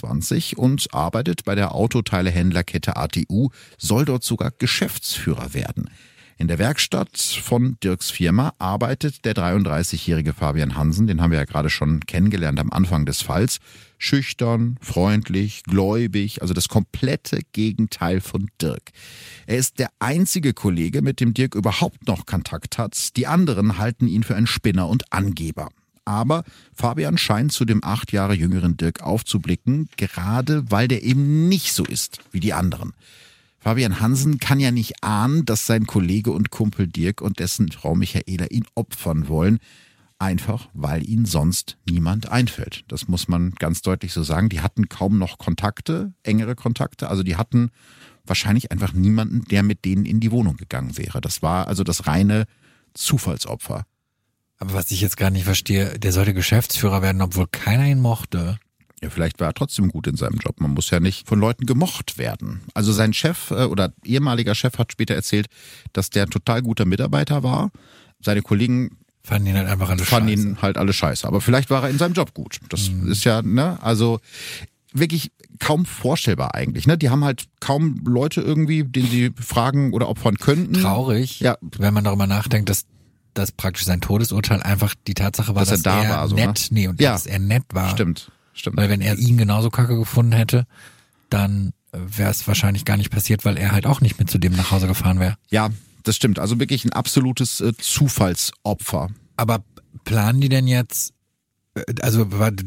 25 und arbeitet bei der Autoteilehändlerkette ATU, soll dort sogar Geschäftsführer werden. In der Werkstatt von Dirks Firma arbeitet der 33-jährige Fabian Hansen, den haben wir ja gerade schon kennengelernt am Anfang des Falls. Schüchtern, freundlich, gläubig, also das komplette Gegenteil von Dirk. Er ist der einzige Kollege, mit dem Dirk überhaupt noch Kontakt hat. Die anderen halten ihn für einen Spinner und Angeber. Aber Fabian scheint zu dem 8 Jahre jüngeren Dirk aufzublicken, gerade weil der eben nicht so ist wie die anderen. Fabian Hansen kann ja nicht ahnen, dass sein Kollege und Kumpel Dirk und dessen Frau Michaela ihn opfern wollen, einfach weil ihnen sonst niemand einfällt. Das muss man ganz deutlich so sagen. Die hatten kaum noch Kontakte, engere Kontakte, also die hatten wahrscheinlich einfach niemanden, der mit denen in die Wohnung gegangen wäre. Das war also das reine Zufallsopfer. Aber was ich jetzt gar nicht verstehe, der sollte Geschäftsführer werden, obwohl keiner ihn mochte. Ja, vielleicht war er trotzdem gut in seinem Job. Man muss ja nicht von Leuten gemocht werden. Also sein Chef oder ehemaliger Chef hat später erzählt, dass der ein total guter Mitarbeiter war. Seine Kollegen fanden ihn halt alle scheiße. Aber vielleicht war er in seinem Job gut. Das ist ja, ne, also wirklich kaum vorstellbar eigentlich. Ne? Die haben halt kaum Leute irgendwie, den sie fragen oder opfern könnten. Traurig, ja, wenn man darüber nachdenkt, dass das praktisch sein Todesurteil einfach die Tatsache war, dass er war, so, nett, ne? Dass er nett war. Stimmt. Weil wenn er ihn genauso kacke gefunden hätte, dann wäre es wahrscheinlich gar nicht passiert, weil er halt auch nicht mit zu dem nach Hause gefahren wäre. Ja, das stimmt. Also wirklich ein absolutes Zufallsopfer. Aber planen die denn jetzt, also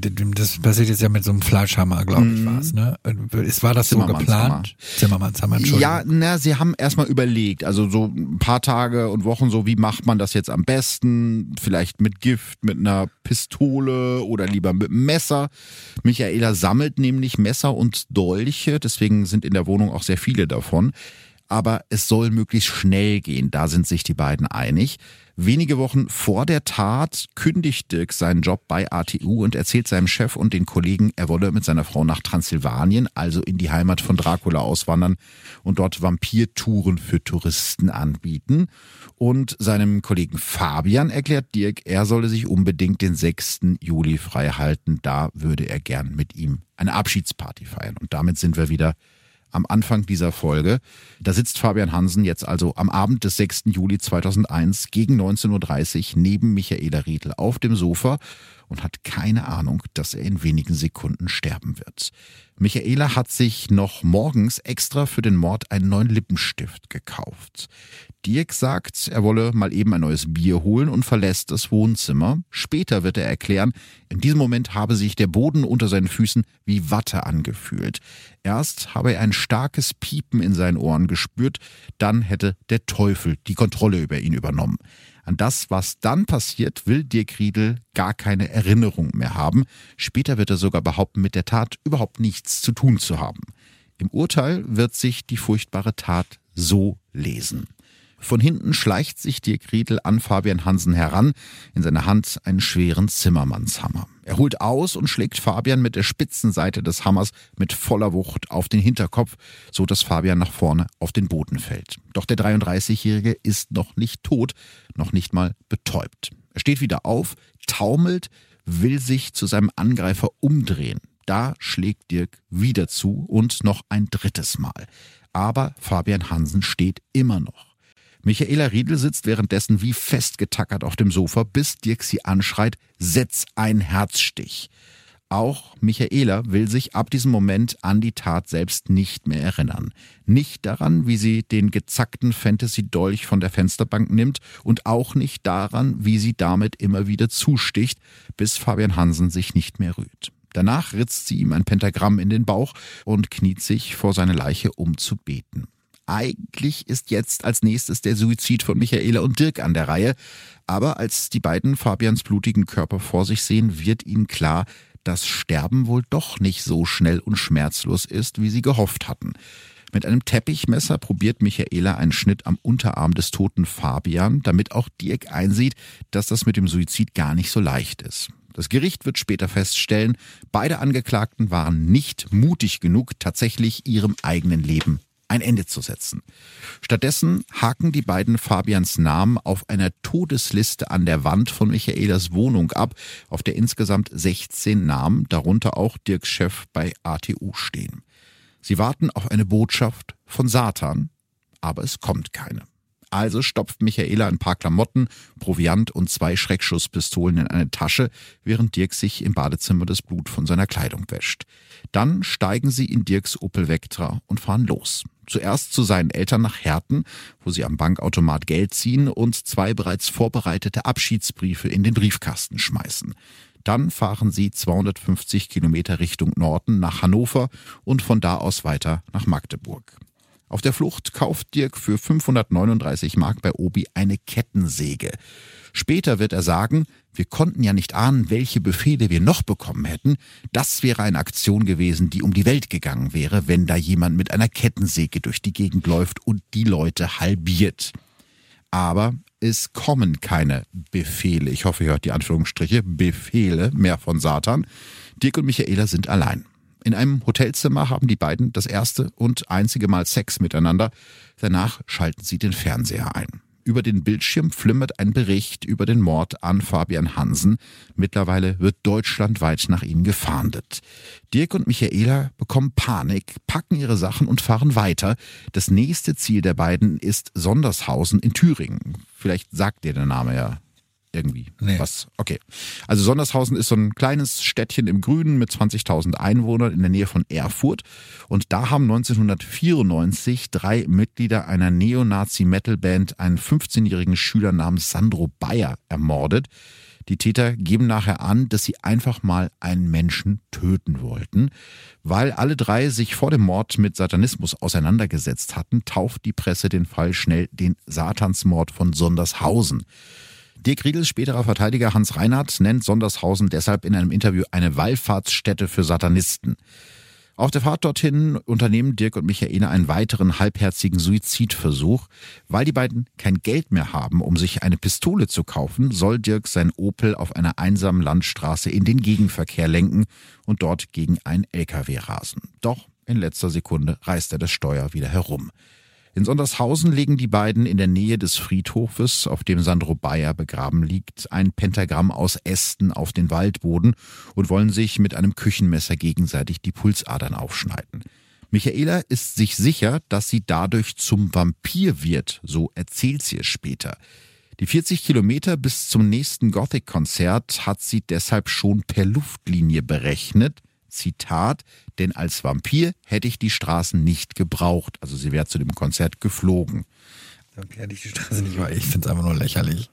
das passiert jetzt ja mit so einem Fleischhammer, glaube ich, war es, ne? War das so geplant? Zimmermannshammer, Entschuldigung. Ja, sie haben erstmal überlegt, also so ein paar Tage und Wochen so, wie macht man das jetzt am besten? Vielleicht mit Gift, mit einer Pistole oder lieber mit einem Messer. Michaela sammelt nämlich Messer und Dolche, deswegen sind in der Wohnung auch sehr viele davon. aber es soll möglichst schnell gehen, da sind sich die beiden einig. Wenige Wochen vor der Tat kündigt Dirk seinen Job bei ATU und erzählt seinem Chef und den Kollegen, er wolle mit seiner Frau nach Transsilvanien, also in die Heimat von Dracula, auswandern und dort Vampirtouren für Touristen anbieten. Und seinem Kollegen Fabian erklärt Dirk, er solle sich unbedingt den 6. Juli frei halten. Da würde er gern mit ihm eine Abschiedsparty feiern. Und damit sind wir wieder am Anfang dieser Folge. Da sitzt Fabian Hansen jetzt also am Abend des 6. Juli 2001 gegen 19.30 Uhr neben Michaela Riedl auf dem Sofa und hat keine Ahnung, dass er in wenigen Sekunden sterben wird. Michaela hat sich noch morgens extra für den Mord einen neuen Lippenstift gekauft. Dirk sagt, er wolle mal eben ein neues Bier holen und verlässt das Wohnzimmer. Später wird er erklären, in diesem Moment habe sich der Boden unter seinen Füßen wie Watte angefühlt. Erst habe er ein starkes Piepen in seinen Ohren gespürt, dann hätte der Teufel die Kontrolle über ihn übernommen. An das, was dann passiert, will Dirk Riedl gar keine Erinnerung mehr haben. Später wird er sogar behaupten, mit der Tat überhaupt nichts zu tun zu haben. Im Urteil wird sich die furchtbare Tat so lesen. Von hinten schleicht sich Dirk Riedl an Fabian Hansen heran, in seiner Hand einen schweren Zimmermannshammer. Er holt aus und schlägt Fabian mit der spitzen Seite des Hammers mit voller Wucht auf den Hinterkopf, so dass Fabian nach vorne auf den Boden fällt. Doch der 33-Jährige ist noch nicht tot, noch nicht mal betäubt. Er steht wieder auf, taumelt, will sich zu seinem Angreifer umdrehen. Da schlägt Dirk wieder zu und noch ein drittes Mal. Aber Fabian Hansen steht immer noch. Michaela Riedl sitzt währenddessen wie festgetackert auf dem Sofa, bis Dirk sie anschreit, setz einen Herzstich. Auch Michaela will sich ab diesem Moment an die Tat selbst nicht mehr erinnern. Nicht daran, wie sie den gezackten Fantasy-Dolch von der Fensterbank nimmt und auch nicht daran, wie sie damit immer wieder zusticht, bis Fabian Hansen sich nicht mehr rührt. Danach ritzt sie ihm ein Pentagramm in den Bauch und kniet sich vor seine Leiche, um zu beten. Eigentlich ist jetzt als nächstes der Suizid von Michaela und Dirk an der Reihe. Aber als die beiden Fabians blutigen Körper vor sich sehen, wird ihnen klar, dass Sterben wohl doch nicht so schnell und schmerzlos ist, wie sie gehofft hatten. Mit einem Teppichmesser probiert Michaela einen Schnitt am Unterarm des toten Fabian, damit auch Dirk einsieht, dass das mit dem Suizid gar nicht so leicht ist. Das Gericht wird später feststellen, beide Angeklagten waren nicht mutig genug, tatsächlich ihrem eigenen Leben ein Ende zu setzen. Stattdessen haken die beiden Fabians Namen auf einer Todesliste an der Wand von Michaelas Wohnung ab, auf der insgesamt 16 Namen, darunter auch Dirks Chef bei ATU, stehen. Sie warten auf eine Botschaft von Satan, aber es kommt keine. Also stopft Michaela ein paar Klamotten, Proviant und 2 Schreckschusspistolen in eine Tasche, während Dirk sich im Badezimmer das Blut von seiner Kleidung wäscht. Dann steigen sie in Dirks Opel Vectra und fahren los. Zuerst zu seinen Eltern nach Herten, wo sie am Bankautomat Geld ziehen und 2 bereits vorbereitete Abschiedsbriefe in den Briefkasten schmeißen. Dann fahren sie 250 Kilometer Richtung Norden nach Hannover und von da aus weiter nach Magdeburg. Auf der Flucht kauft Dirk für 539 Mark bei Obi eine Kettensäge. Später wird er sagen, wir konnten ja nicht ahnen, welche Befehle wir noch bekommen hätten. Das wäre eine Aktion gewesen, die um die Welt gegangen wäre, wenn da jemand mit einer Kettensäge durch die Gegend läuft und die Leute halbiert. Aber es kommen keine Befehle, ich hoffe, ihr hört die Anführungsstriche, Befehle mehr von Satan. Dirk und Michaela sind allein. In einem Hotelzimmer haben die beiden das erste und einzige Mal Sex miteinander. Danach schalten sie den Fernseher ein. Über den Bildschirm flimmert ein Bericht über den Mord an Fabian Hansen. Mittlerweile wird deutschlandweit nach ihnen gefahndet. Dirk und Michaela bekommen Panik, packen ihre Sachen und fahren weiter. Das nächste Ziel der beiden ist Sondershausen in Thüringen. Vielleicht sagt dir der Name ja irgendwie was. Okay. Also Sondershausen ist so ein kleines Städtchen im Grünen mit 20.000 Einwohnern in der Nähe von Erfurt. Und da haben 1994 3 Mitglieder einer Neonazi-Metal-Band einen 15-jährigen Schüler namens Sandro Bayer ermordet. Die Täter geben nachher an, dass sie einfach mal einen Menschen töten wollten. Weil alle 3 sich vor dem Mord mit Satanismus auseinandergesetzt hatten, tauft die Presse den Fall schnell den Satansmord von Sondershausen. Dirk Riedls späterer Verteidiger Hans Reinhardt nennt Sondershausen deshalb in einem Interview eine Wallfahrtsstätte für Satanisten. Auf der Fahrt dorthin unternehmen Dirk und Michaela einen weiteren halbherzigen Suizidversuch. Weil die beiden kein Geld mehr haben, um sich eine Pistole zu kaufen, soll Dirk sein Opel auf einer einsamen Landstraße in den Gegenverkehr lenken und dort gegen einen LKW rasen. Doch in letzter Sekunde reißt er das Steuer wieder herum. In Sondershausen legen die beiden in der Nähe des Friedhofes, auf dem Sandro Bayer begraben liegt, ein Pentagramm aus Ästen auf den Waldboden und wollen sich mit einem Küchenmesser gegenseitig die Pulsadern aufschneiden. Michaela ist sich sicher, dass sie dadurch zum Vampir wird, so erzählt sie es später. Die 40 Kilometer bis zum nächsten Gothic-Konzert hat sie deshalb schon per Luftlinie berechnet. Zitat, denn als Vampir hätte ich die Straßen nicht gebraucht. Also sie wäre zu dem Konzert geflogen. Dann hätte ich die Straße nicht, weil ich finde es einfach nur lächerlich.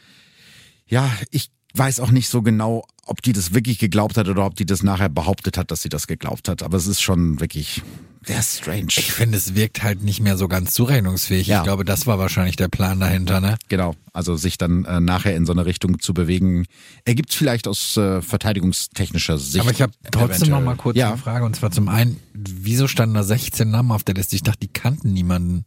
Ja, ich weiß auch nicht so genau, ob die das wirklich geglaubt hat oder ob die das nachher behauptet hat, dass sie das geglaubt hat. Aber es ist schon wirklich sehr strange. Ich finde, es wirkt halt nicht mehr so ganz zurechnungsfähig. Ja. Ich glaube, das war wahrscheinlich der Plan dahinter, ne? Genau, also sich dann nachher in so eine Richtung zu bewegen, ergibt vielleicht aus verteidigungstechnischer Sicht. Aber ich habe trotzdem noch mal kurz eine Frage. Und zwar zum einen, wieso standen da 16 Namen auf der Liste? Ich dachte, die kannten niemanden.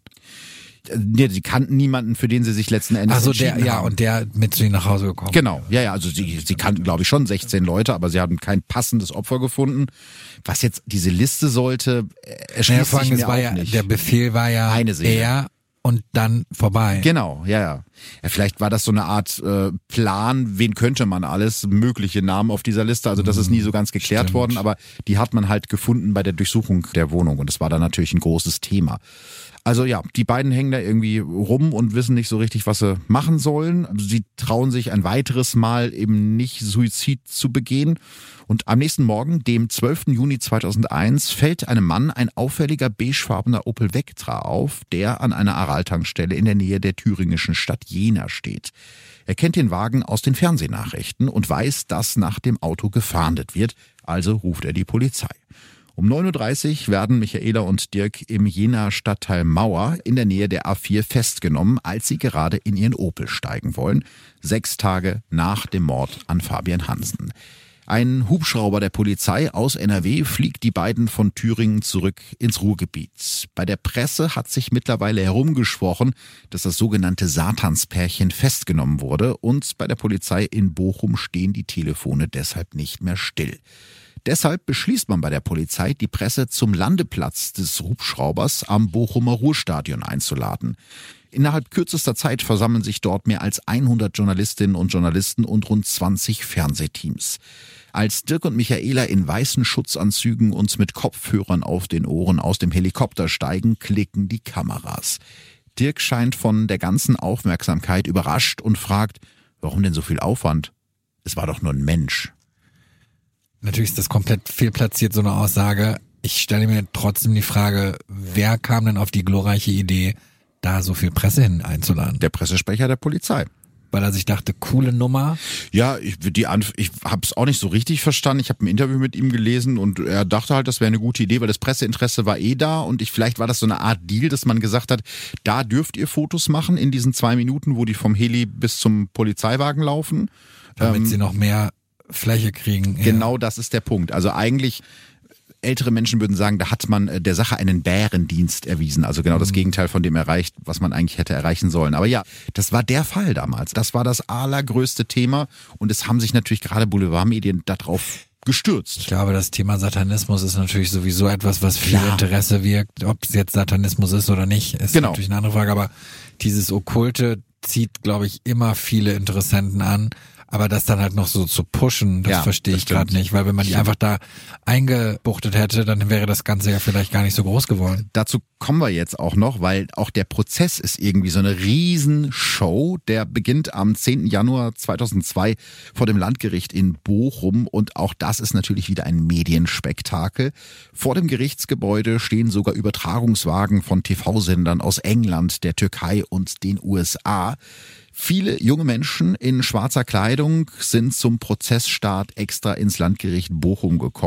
Nee, sie kannten niemanden, für den sie sich letzten Endes entschieden haben. Ja, und der mit zu ihnen nach Hause gekommen. Genau, ja, also sie kannten, glaube ich, schon 16 Leute, aber sie haben kein passendes Opfer gefunden. Was jetzt diese Liste sollte, erschließt sich mir auch nicht. Der Befehl war ja eine Seele. Er und dann vorbei. Genau, ja. Vielleicht war das so eine Art Plan, wen könnte man alles, mögliche Namen auf dieser Liste. Also das ist nie so ganz geklärt worden, aber die hat man halt gefunden bei der Durchsuchung der Wohnung und das war dann natürlich ein großes Thema. Also ja, die beiden hängen da irgendwie rum und wissen nicht so richtig, was sie machen sollen. Sie trauen sich ein weiteres Mal eben nicht Suizid zu begehen. Und am nächsten Morgen, dem 12. Juni 2001, fällt einem Mann ein auffälliger beigefarbener Opel Vectra auf, der an einer Aral-Tankstelle in der Nähe der thüringischen Stadt Jena steht. Er kennt den Wagen aus den Fernsehnachrichten und weiß, dass nach dem Auto gefahndet wird. Also ruft er die Polizei. Um 9.30 Uhr werden Michaela und Dirk im Jenaer Stadtteil Mauer in der Nähe der A4 festgenommen, als sie gerade in ihren Opel steigen wollen. 6 Tage nach dem Mord an Fabian Hansen. Ein Hubschrauber der Polizei aus NRW fliegt die beiden von Thüringen zurück ins Ruhrgebiet. Bei der Presse hat sich mittlerweile herumgesprochen, dass das sogenannte Satanspärchen festgenommen wurde und bei der Polizei in Bochum stehen die Telefone deshalb nicht mehr still. Deshalb beschließt man bei der Polizei, die Presse zum Landeplatz des Hubschraubers am Bochumer Ruhrstadion einzuladen. Innerhalb kürzester Zeit versammeln sich dort mehr als 100 Journalistinnen und Journalisten und rund 20 Fernsehteams. Als Dirk und Michaela in weißen Schutzanzügen und mit Kopfhörern auf den Ohren aus dem Helikopter steigen, klicken die Kameras. Dirk scheint von der ganzen Aufmerksamkeit überrascht und fragt, warum denn so viel Aufwand? Es war doch nur ein Mensch. Natürlich ist das komplett fehlplatziert, so eine Aussage. Ich stelle mir trotzdem die Frage, wer kam denn auf die glorreiche Idee, da so viel Presse hin einzuladen? Der Pressesprecher der Polizei. Weil er sich dachte, coole Nummer. Ja, ich habe es auch nicht so richtig verstanden. Ich habe ein Interview mit ihm gelesen und er dachte halt, das wäre eine gute Idee, weil das Presseinteresse war da und vielleicht war das so eine Art Deal, dass man gesagt hat, da dürft ihr Fotos machen in diesen 2 Minuten, wo die vom Heli bis zum Polizeiwagen laufen. Damit sie noch mehr Fläche kriegen. Genau, das ist der Punkt. Also eigentlich, ältere Menschen würden sagen, da hat man der Sache einen Bärendienst erwiesen. Also genau das Gegenteil von dem erreicht, was man eigentlich hätte erreichen sollen. Aber ja, das war der Fall damals. Das war das allergrößte Thema und es haben sich natürlich gerade Boulevardmedien darauf gestürzt. Ich glaube, das Thema Satanismus ist natürlich sowieso etwas, was viel Interesse wirkt. Ob es jetzt Satanismus ist oder nicht, ist natürlich eine andere Frage. Aber dieses Okkulte zieht, glaube ich, immer viele Interessenten an. Aber das dann halt noch so zu pushen, das verstehe ich gerade nicht. Weil wenn man die einfach da eingebuchtet hätte, dann wäre das Ganze ja vielleicht gar nicht so groß geworden. Dazu kommen wir jetzt auch noch, weil auch der Prozess ist irgendwie so eine Riesenshow. Der beginnt am 10. Januar 2002 vor dem Landgericht in Bochum. Und auch das ist natürlich wieder ein Medienspektakel. Vor dem Gerichtsgebäude stehen sogar Übertragungswagen von TV-Sendern aus England, der Türkei und den USA. Viele junge Menschen in schwarzer Kleidung sind zum Prozessstart extra ins Landgericht Bochum gekommen,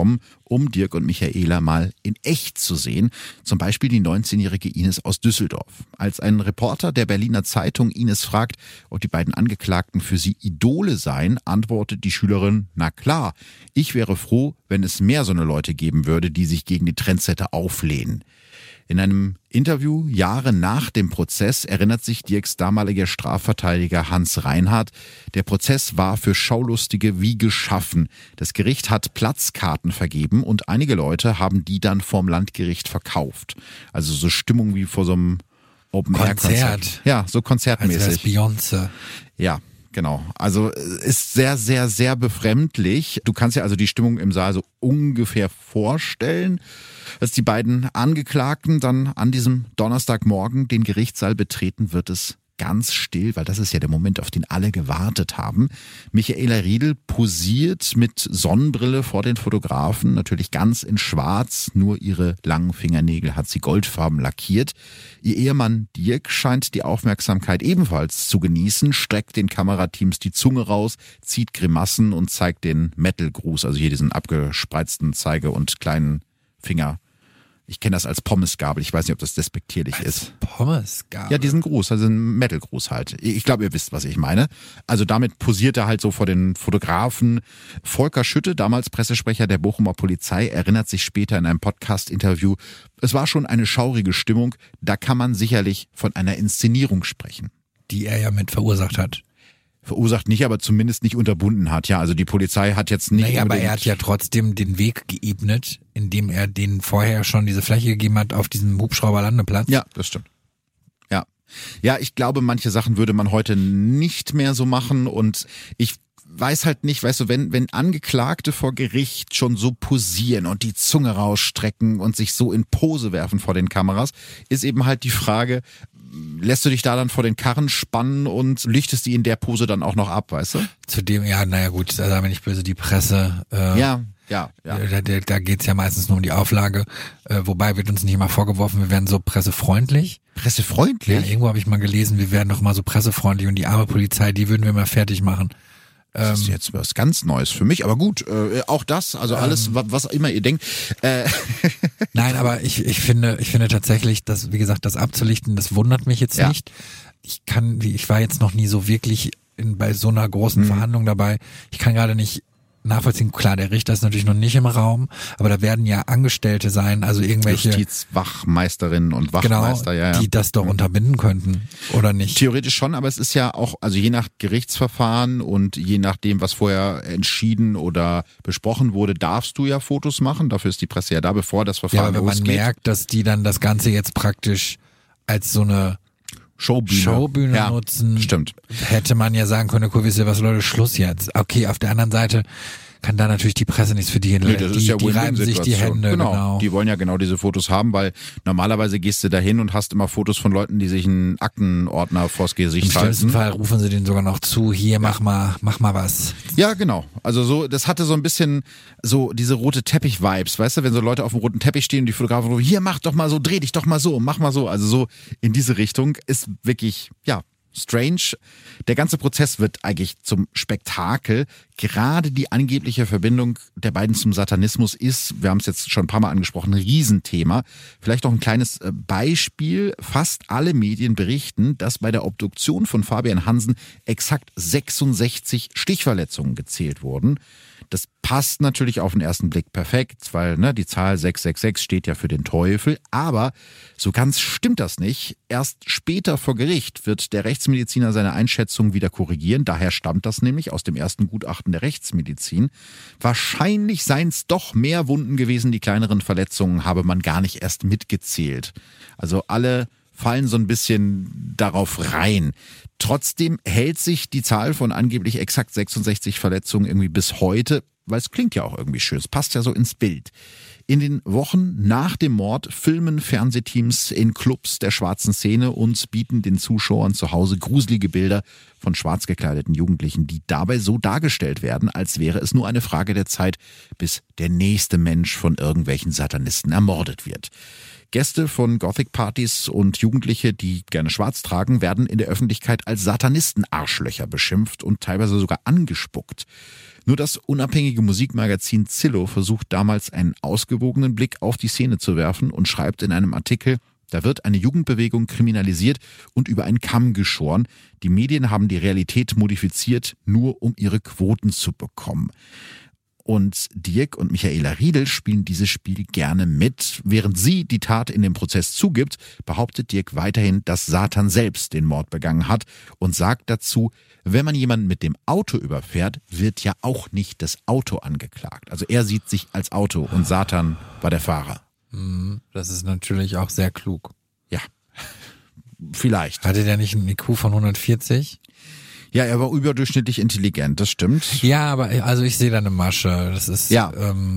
um Dirk und Michaela mal in echt zu sehen. Zum Beispiel die 19-jährige Ines aus Düsseldorf. Als ein Reporter der Berliner Zeitung Ines fragt, ob die beiden Angeklagten für sie Idole seien, antwortet die Schülerin, na klar, ich wäre froh, wenn es mehr so eine Leute geben würde, die sich gegen die Trendsetter auflehnen. In einem Interview Jahre nach dem Prozess erinnert sich Dirks damaliger Strafverteidiger Hans Reinhardt, der Prozess war für Schaulustige wie geschaffen. Das Gericht hat Platzkarten vergeben und einige Leute haben die dann vorm Landgericht verkauft. Also so Stimmung wie vor so einem Open-Air-Konzert. Ja, so konzertmäßig. Als Beyoncé. Ja. Genau, also ist sehr, sehr, sehr befremdlich. Du kannst ja also die Stimmung im Saal so ungefähr vorstellen, als die beiden Angeklagten dann an diesem Donnerstagmorgen den Gerichtssaal betreten, wird es ganz still, weil das ist ja der Moment, auf den alle gewartet haben. Michaela Riedl posiert mit Sonnenbrille vor den Fotografen, natürlich ganz in schwarz, nur ihre langen Fingernägel hat sie goldfarben lackiert. Ihr Ehemann Dirk scheint die Aufmerksamkeit ebenfalls zu genießen, streckt den Kamerateams die Zunge raus, zieht Grimassen und zeigt den Metal-Gruß, also hier diesen abgespreizten Zeige- und kleinen Finger. Ich kenne das als Pommesgabel. Ich weiß nicht, ob das despektierlich ist. Pommesgabel? Ja, diesen Gruß, also einen Metal-Gruß halt. Ich glaube, ihr wisst, was ich meine. Also damit posiert er halt so vor den Fotografen. Volker Schütte, damals Pressesprecher der Bochumer Polizei, erinnert sich später in einem Podcast-Interview, es war schon eine schaurige Stimmung. Da kann man sicherlich von einer Inszenierung sprechen. Die er ja mit verursacht hat. Verursacht nicht, aber zumindest nicht unterbunden hat. Ja, also die Polizei hat jetzt nicht... Naja, aber er hat ja trotzdem den Weg geebnet, indem er denen vorher schon diese Fläche gegeben hat auf diesem Hubschrauberlandeplatz. Ja, das stimmt. Ja. Ja, ich glaube, manche Sachen würde man heute nicht mehr so machen und ich weiß halt nicht, weißt du, wenn Angeklagte vor Gericht schon so posieren und die Zunge rausstrecken und sich so in Pose werfen vor den Kameras, ist eben halt die Frage, lässt du dich da dann vor den Karren spannen und lichtest die in der Pose dann auch noch ab, weißt du? Zudem, ja, naja gut, da bin ich böse, die Presse. Ja. Da geht's ja meistens nur um die Auflage, wobei wird uns nicht immer vorgeworfen, wir werden so pressefreundlich. Pressefreundlich? Ja, irgendwo habe ich mal gelesen, wir werden doch mal so pressefreundlich und die arme Polizei, die würden wir mal fertig machen. Das ist jetzt was ganz Neues für mich, aber gut, auch das, also alles, was immer ihr denkt. Nein, aber ich finde tatsächlich, dass, wie gesagt, das abzulichten, das wundert mich jetzt nicht. Ich war jetzt noch nie so wirklich bei so einer großen Verhandlung dabei. Ich kann gerade nicht nachvollziehen, klar, der Richter ist natürlich noch nicht im Raum, aber da werden ja Angestellte sein, also irgendwelche Justizwachmeisterinnen und Wachmeister, genau, die das doch unterbinden könnten, oder nicht? Theoretisch schon, aber es ist ja auch, also je nach Gerichtsverfahren und je nachdem, was vorher entschieden oder besprochen wurde, darfst du ja Fotos machen, dafür ist die Presse ja da, bevor das Verfahren losgeht. Ja, aber wenn man merkt, dass die dann das Ganze jetzt praktisch als so eine Showbühne nutzen. Stimmt. Hätte man ja sagen können, cool, wisst ihr was, Leute, Schluss jetzt. Okay, auf der anderen Seite kann da natürlich die Presse nichts für die hin. Die reiben sich die Hände. Genau. Die wollen ja genau diese Fotos haben, weil normalerweise gehst du da hin und hast immer Fotos von Leuten, die sich einen Aktenordner vors Gesicht halten. Im schlimmsten Fall rufen sie denen sogar noch zu, hier, mach mal was. Ja, genau. Also so, das hatte so ein bisschen so diese rote Teppich-Vibes, weißt du, wenn so Leute auf dem roten Teppich stehen und die Fotografen rufen, hier, mach doch mal so, dreh dich doch mal so, mach mal so. Also so in diese Richtung ist wirklich, ja, strange. Der ganze Prozess wird eigentlich zum Spektakel. Gerade die angebliche Verbindung der beiden zum Satanismus ist, wir haben es jetzt schon ein paar Mal angesprochen, ein Riesenthema. Vielleicht noch ein kleines Beispiel. Fast alle Medien berichten, dass bei der Obduktion von Fabian Hansen exakt 66 Stichverletzungen gezählt wurden. Das passt natürlich auf den ersten Blick perfekt, weil die Zahl 666 steht ja für den Teufel. Aber so ganz stimmt das nicht. Erst später vor Gericht wird der Rechtsmediziner seine Einschätzung wieder korrigieren. Daher stammt das nämlich aus dem ersten Gutachten der Rechtsmedizin. Wahrscheinlich seien es doch mehr Wunden gewesen. Die kleineren Verletzungen habe man gar nicht erst mitgezählt. Also alle fallen so ein bisschen darauf rein. Trotzdem hält sich die Zahl von angeblich exakt 66 Verletzungen irgendwie bis heute, weil es klingt ja auch irgendwie schön. Es passt ja so ins Bild. In den Wochen nach dem Mord filmen Fernsehteams in Clubs der schwarzen Szene und bieten den Zuschauern zu Hause gruselige Bilder von schwarz gekleideten Jugendlichen, die dabei so dargestellt werden, als wäre es nur eine Frage der Zeit, bis der nächste Mensch von irgendwelchen Satanisten ermordet wird. Gäste von Gothic-Partys und Jugendliche, die gerne schwarz tragen, werden in der Öffentlichkeit als Satanisten-Arschlöcher beschimpft und teilweise sogar angespuckt. Nur das unabhängige Musikmagazin Zillow versucht damals einen ausgewogenen Blick auf die Szene zu werfen und schreibt in einem Artikel: Da wird eine Jugendbewegung kriminalisiert und über einen Kamm geschoren. Die Medien haben die Realität modifiziert, nur um ihre Quoten zu bekommen. Und Dirk und Michaela Riedl spielen dieses Spiel gerne mit. Während sie die Tat in dem Prozess zugibt, behauptet Dirk weiterhin, dass Satan selbst den Mord begangen hat und sagt dazu: Wenn man jemanden mit dem Auto überfährt, wird ja auch nicht das Auto angeklagt. Also er sieht sich als Auto und Satan war der Fahrer. Das ist natürlich auch sehr klug. Ja, vielleicht. Hatte der nicht einen IQ von 140? Ja, er war überdurchschnittlich intelligent, das stimmt. Ja, aber also ich sehe da eine Masche. Das ist Ja.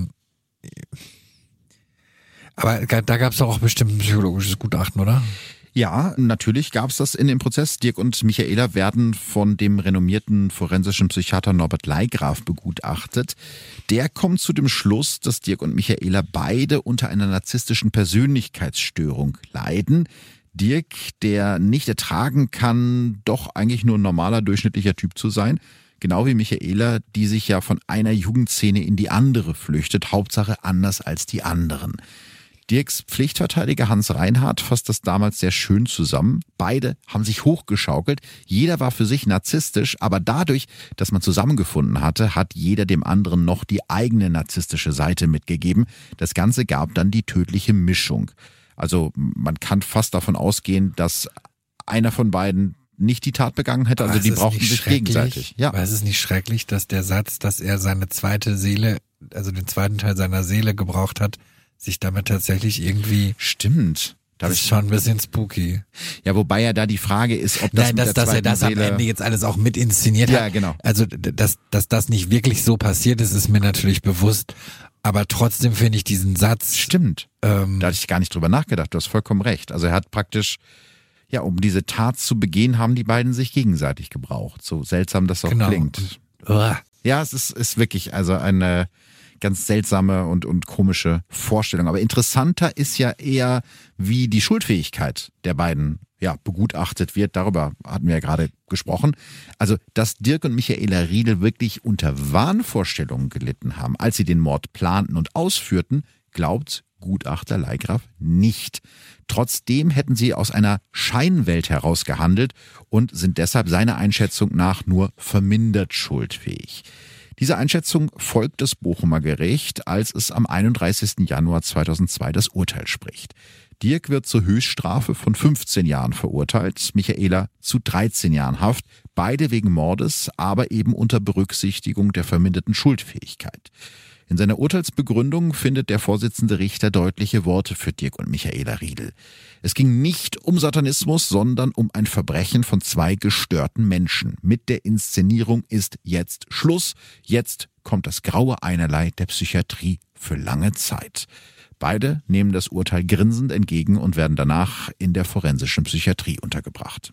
Aber da gab es doch auch bestimmt ein psychologisches Gutachten, oder? Ja, natürlich gab es das in dem Prozess. Dirk und Michaela werden von dem renommierten forensischen Psychiater Norbert Leigraf begutachtet. Der kommt zu dem Schluss, dass Dirk und Michaela beide unter einer narzisstischen Persönlichkeitsstörung leiden. Dirk, der nicht ertragen kann, doch eigentlich nur ein normaler, durchschnittlicher Typ zu sein. Genau wie Michaela, die sich ja von einer Jugendszene in die andere flüchtet. Hauptsache anders als die anderen. Dirks Pflichtverteidiger Hans Reinhardt fasst das damals sehr schön zusammen. Beide haben sich hochgeschaukelt. Jeder war für sich narzisstisch, aber dadurch, dass man zusammengefunden hatte, hat jeder dem anderen noch die eigene narzisstische Seite mitgegeben. Das Ganze gab dann die tödliche Mischung. Also man kann fast davon ausgehen, dass einer von beiden nicht die Tat begangen hätte. Also die brauchten sich gegenseitig. Ja. Aber es ist nicht schrecklich, dass der Satz, dass er seine zweite Seele, also den zweiten Teil seiner Seele gebraucht hat, sich damit tatsächlich irgendwie... Stimmt. Das ist schon ein bisschen spooky. Ja, wobei ja da die Frage ist, ob das Nein, mit der dass er zweiten das am Seele... Ende jetzt alles auch mit inszeniert hat. Ja, genau. Also, dass das nicht wirklich so passiert ist, ist mir natürlich bewusst. Aber trotzdem finde ich diesen Satz... Stimmt. Da hatte ich gar nicht drüber nachgedacht. Du hast vollkommen recht. Also er hat praktisch, ja, um diese Tat zu begehen, haben die beiden sich gegenseitig gebraucht. So seltsam das auch klingt. Ja, es ist wirklich also eine ganz seltsame und komische Vorstellung. Aber interessanter ist ja eher, wie die Schuldfähigkeit der beiden begutachtet wird. Darüber hatten wir ja gerade gesprochen. Also, dass Dirk und Michaela Riedl wirklich unter Wahnvorstellungen gelitten haben, als sie den Mord planten und ausführten, glaubt Gutachter Leigraf nicht. Trotzdem hätten sie aus einer Scheinwelt heraus gehandelt und sind deshalb seiner Einschätzung nach nur vermindert schuldfähig. Diese Einschätzung folgt das Bochumer Gericht, als es am 31. Januar 2002 das Urteil spricht. Dirk wird zur Höchststrafe von 15 Jahren verurteilt, Michaela zu 13 Jahren Haft, beide wegen Mordes, aber eben unter Berücksichtigung der verminderten Schuldfähigkeit. In seiner Urteilsbegründung findet der Vorsitzende Richter deutliche Worte für Dirk und Michaela Riedl. Es ging nicht um Satanismus, sondern um ein Verbrechen von zwei gestörten Menschen. Mit der Inszenierung ist jetzt Schluss. Jetzt kommt das graue Einerlei der Psychiatrie für lange Zeit. Beide nehmen das Urteil grinsend entgegen und werden danach in der forensischen Psychiatrie untergebracht.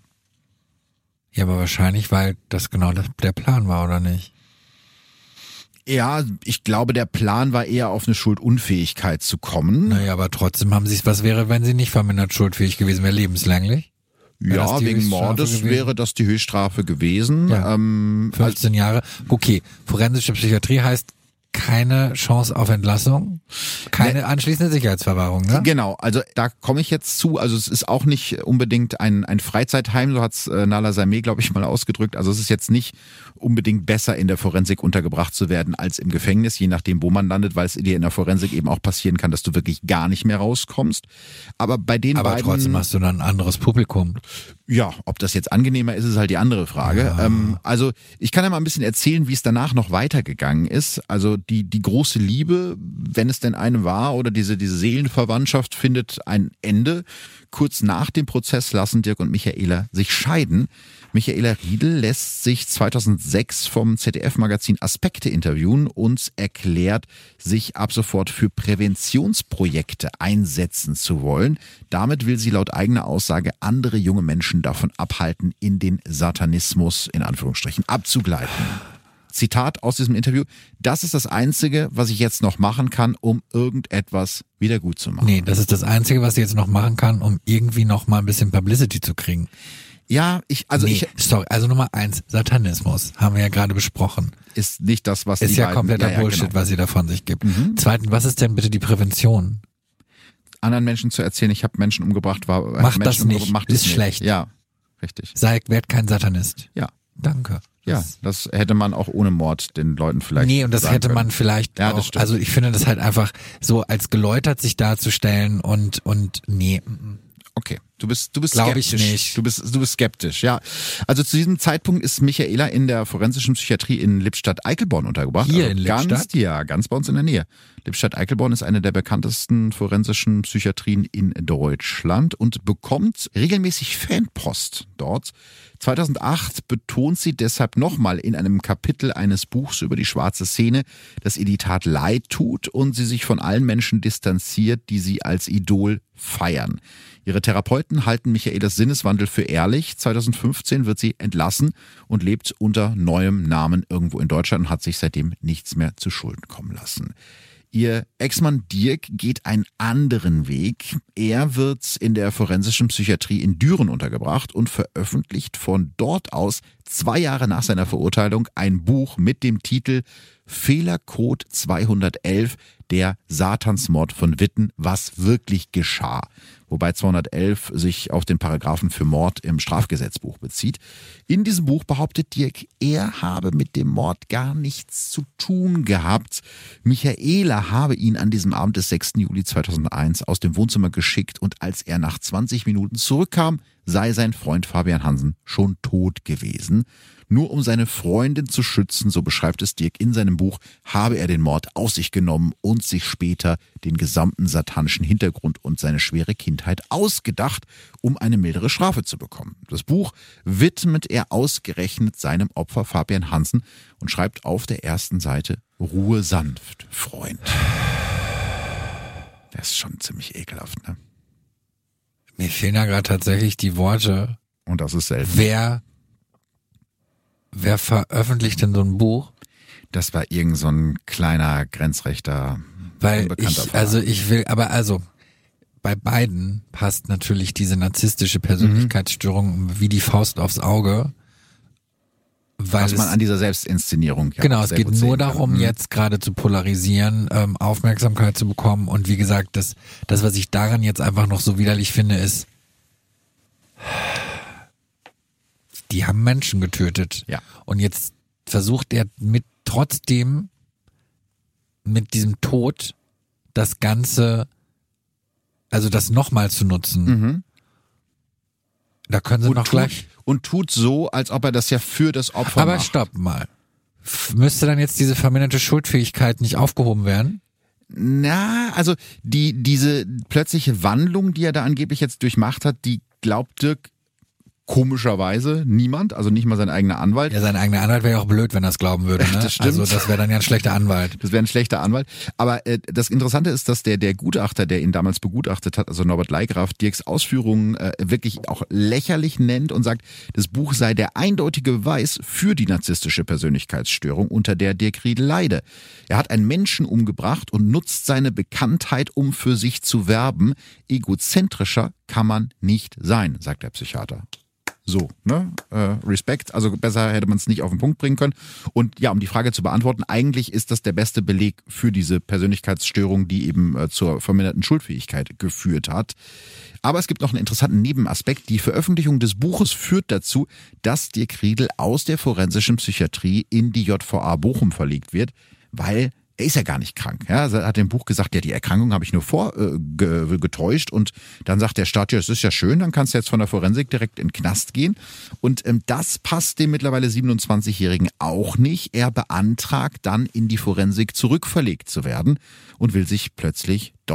Ja, aber wahrscheinlich, weil das genau der Plan war, oder nicht? Ja, ich glaube, der Plan war eher auf eine Schuldunfähigkeit zu kommen. Naja, aber trotzdem haben sie es, was wäre, wenn sie nicht vermindert schuldfähig gewesen wäre, lebenslänglich? Ja, wegen Mordes wäre das die Höchststrafe gewesen. Ja, 15 Jahre. Okay, forensische Psychiatrie heißt keine Chance auf Entlassung, keine anschließende Sicherheitsverwahrung, ne? Genau, also da komme ich jetzt zu. Also es ist auch nicht unbedingt ein Freizeitheim, so hat's Nala Sameh, glaube ich, mal ausgedrückt. Also es ist jetzt nicht unbedingt besser, in der Forensik untergebracht zu werden als im Gefängnis, je nachdem, wo man landet, weil es dir in der Forensik eben auch passieren kann, dass du wirklich gar nicht mehr rauskommst. Aber bei den beiden... Aber trotzdem hast du dann ein anderes Publikum. Ja, ob das jetzt angenehmer ist, ist halt die andere Frage. Ja. Also ich kann ja mal ein bisschen erzählen, wie es danach noch weitergegangen ist. Also die große Liebe, wenn es denn eine war, oder diese Seelenverwandtschaft findet ein Ende. Kurz nach dem Prozess lassen Dirk und Michaela sich scheiden. Michaela Riedl lässt sich 2006 vom ZDF-Magazin Aspekte interviewen und erklärt, sich ab sofort für Präventionsprojekte einsetzen zu wollen. Damit will sie laut eigener Aussage andere junge Menschen davon abhalten, in den Satanismus, in Anführungsstrichen, abzugleiten. Zitat aus diesem Interview, das ist das Einzige, was ich jetzt noch machen kann, um irgendetwas wieder gut zu machen. Nee, das ist das Einzige, was ich jetzt noch machen kann, um irgendwie noch mal ein bisschen Publicity zu kriegen. Ja, sorry, also Nummer 1, Satanismus, haben wir ja gerade besprochen. Ist nicht das, was ist die ja beiden, kompletter Bullshit, genau. was ihr da von sich gibt. Zweitens, was ist denn bitte die Prävention? Anderen Menschen zu erzählen, ich habe Menschen umgebracht, Macht das nicht, ist schlecht. Ja, richtig. Werd kein Satanist. Ja. Danke. Ja, das hätte man auch ohne Mord den Leuten vielleicht Nee, und das sagen hätte können. man vielleicht Ja, das auch, stimmt. also ich finde das halt einfach so als geläutert sich darzustellen und nee. Okay, du bist Glaub ich skeptisch. nicht. Du bist skeptisch, ja. Also zu diesem Zeitpunkt ist Michaela in der forensischen Psychiatrie in Lippstadt-Eickelborn untergebracht. Hier also in Lippstadt? Ganz bei uns in der Nähe. Lippstadt-Eickelborn ist eine der bekanntesten forensischen Psychiatrien in Deutschland und bekommt regelmäßig Fanpost dort. 2008 betont sie deshalb nochmal in einem Kapitel eines Buchs über die schwarze Szene, dass ihr die Tat leid tut und sie sich von allen Menschen distanziert, die sie als Idol feiern. Ihre Therapeuten halten Michaelas Sinneswandel für ehrlich. 2015 wird sie entlassen und lebt unter neuem Namen irgendwo in Deutschland und hat sich seitdem nichts mehr zu Schulden kommen lassen. Ihr Ex-Mann Dirk geht einen anderen Weg. Er wird in der forensischen Psychiatrie in Düren untergebracht und veröffentlicht von dort aus 2 Jahre nach seiner Verurteilung ein Buch mit dem Titel Fehlercode 211, der Satansmord von Witten, was wirklich geschah. Wobei 211 sich auf den Paragraphen für Mord im Strafgesetzbuch bezieht. In diesem Buch behauptet Dirk, er habe mit dem Mord gar nichts zu tun gehabt. Michaela habe ihn an diesem Abend des 6. Juli 2001 aus dem Wohnzimmer geschickt und als er nach 20 Minuten zurückkam, sei sein Freund Fabian Hansen schon tot gewesen. Nur um seine Freundin zu schützen, so beschreibt es Dirk in seinem Buch, habe er den Mord auf sich genommen und sich später den gesamten satanischen Hintergrund und seine schwere Kindheit ausgedacht, um eine mildere Strafe zu bekommen. Das Buch widmet er ausgerechnet seinem Opfer Fabian Hansen und schreibt auf der ersten Seite: Ruhe sanft, Freund. Das ist schon ziemlich ekelhaft, ne? Mir fehlen ja gerade tatsächlich die Worte. Und das ist selten. Wer veröffentlicht denn so ein Buch? Das war irgend so ein kleiner Grenzrechter, Weil unbekannter Verlag. Bei beiden passt natürlich diese narzisstische Persönlichkeitsstörung wie die Faust aufs Auge. Weil was man an dieser Selbstinszenierung ja genau, es sehr geht gut sehen nur kann. darum, jetzt gerade zu polarisieren, Aufmerksamkeit zu bekommen. Und wie gesagt, das, was ich daran jetzt einfach noch so widerlich finde, ist, die haben Menschen getötet. Ja. Und jetzt versucht er trotzdem mit diesem Tod das Ganze, also das nochmal zu nutzen. Da können sie noch gleich. Und tut so, als ob er das ja für das Opfer Aber macht. stopp mal. Müsste dann jetzt diese verminderte Schuldfähigkeit nicht aufgehoben werden? Na, also diese plötzliche Wandlung, die er da angeblich jetzt durchmacht hat, die glaubt Dirk komischerweise niemand, also nicht mal sein eigener Anwalt. Ja, sein eigener Anwalt wäre ja auch blöd, wenn er es glauben würde. Ne? Das stimmt. Also das wäre dann ja ein schlechter Anwalt. Das wäre ein schlechter Anwalt. Aber das Interessante ist, dass der Gutachter, der ihn damals begutachtet hat, also Norbert Leigraf, Dirks Ausführungen wirklich auch lächerlich nennt und sagt, das Buch sei der eindeutige Beweis für die narzisstische Persönlichkeitsstörung, unter der Dirk Riedel leide. Er hat einen Menschen umgebracht und nutzt seine Bekanntheit, um für sich zu werben. Egozentrischer kann man nicht sein, sagt der Psychiater. So, ne? Respekt, also besser hätte man es nicht auf den Punkt bringen können. Und ja, um die Frage zu beantworten, eigentlich ist das der beste Beleg für diese Persönlichkeitsstörung, die eben zur verminderten Schuldfähigkeit geführt hat. Aber es gibt noch einen interessanten Nebenaspekt. Die Veröffentlichung des Buches führt dazu, dass Dirk Riedel aus der forensischen Psychiatrie in die JVA Bochum verlegt wird, weil er ist ja gar nicht krank. Ja, er hat im Buch gesagt, ja, die Erkrankung habe ich nur getäuscht. Und dann sagt der Staat, ja, es ist ja schön, dann kannst du jetzt von der Forensik direkt in den Knast gehen. Und das passt dem mittlerweile 27-Jährigen auch nicht. Er beantragt dann, in die Forensik zurückverlegt zu werden und will sich plötzlich doch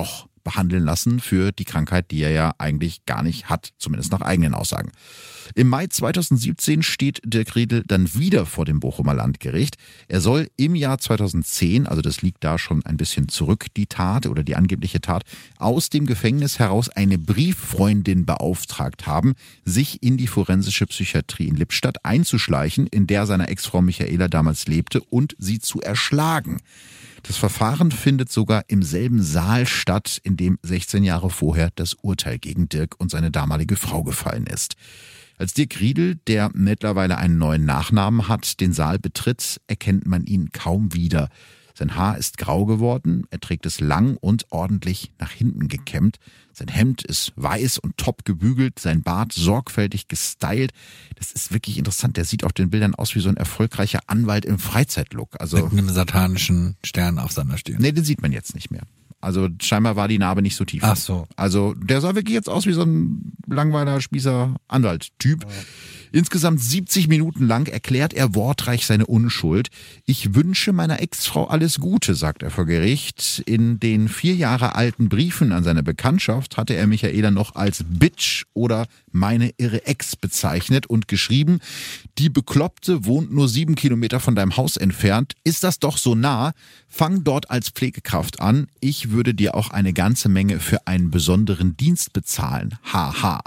behandeln lassen für die Krankheit, die er ja eigentlich gar nicht hat, zumindest nach eigenen Aussagen. Im Mai 2017 steht Dirk Riedel dann wieder vor dem Bochumer Landgericht. Er soll im Jahr 2010, also das liegt da schon ein bisschen zurück, die Tat oder die angebliche Tat, aus dem Gefängnis heraus eine Brieffreundin beauftragt haben, sich in die forensische Psychiatrie in Lippstadt einzuschleichen, in der seine Ex-Frau Michaela damals lebte, und sie zu erschlagen. Das Verfahren findet sogar im selben Saal statt, in dem 16 Jahre vorher das Urteil gegen Dirk und seine damalige Frau gefallen ist. Als Dirk Riedel, der mittlerweile einen neuen Nachnamen hat, den Saal betritt, erkennt man ihn kaum wieder. Sein Haar ist grau geworden, er trägt es lang und ordentlich nach hinten gekämmt. Sein Hemd ist weiß und top gebügelt, sein Bart sorgfältig gestylt. Das ist wirklich interessant. Der sieht auf den Bildern aus wie so ein erfolgreicher Anwalt im Freizeitlook. Also mit einem satanischen Stern auf seiner Stirn. Nee, den sieht man jetzt nicht mehr. Also scheinbar war die Narbe nicht so tief. Ach so. Also der sah wirklich jetzt aus wie so ein Langweiler, Spießer, Anwalt-Typ. Ja. Insgesamt 70 Minuten lang erklärt er wortreich seine Unschuld. Ich wünsche meiner Ex-Frau alles Gute, sagt er vor Gericht. In den 4 Jahre alten Briefen an seine Bekanntschaft hatte er Michaela noch als Bitch oder meine irre Ex bezeichnet und geschrieben, die Bekloppte wohnt nur 7 Kilometer von deinem Haus entfernt. Ist das doch so nah? Fang dort als Pflegekraft an. Ich würde dir auch eine ganze Menge für einen besonderen Dienst bezahlen. Haha.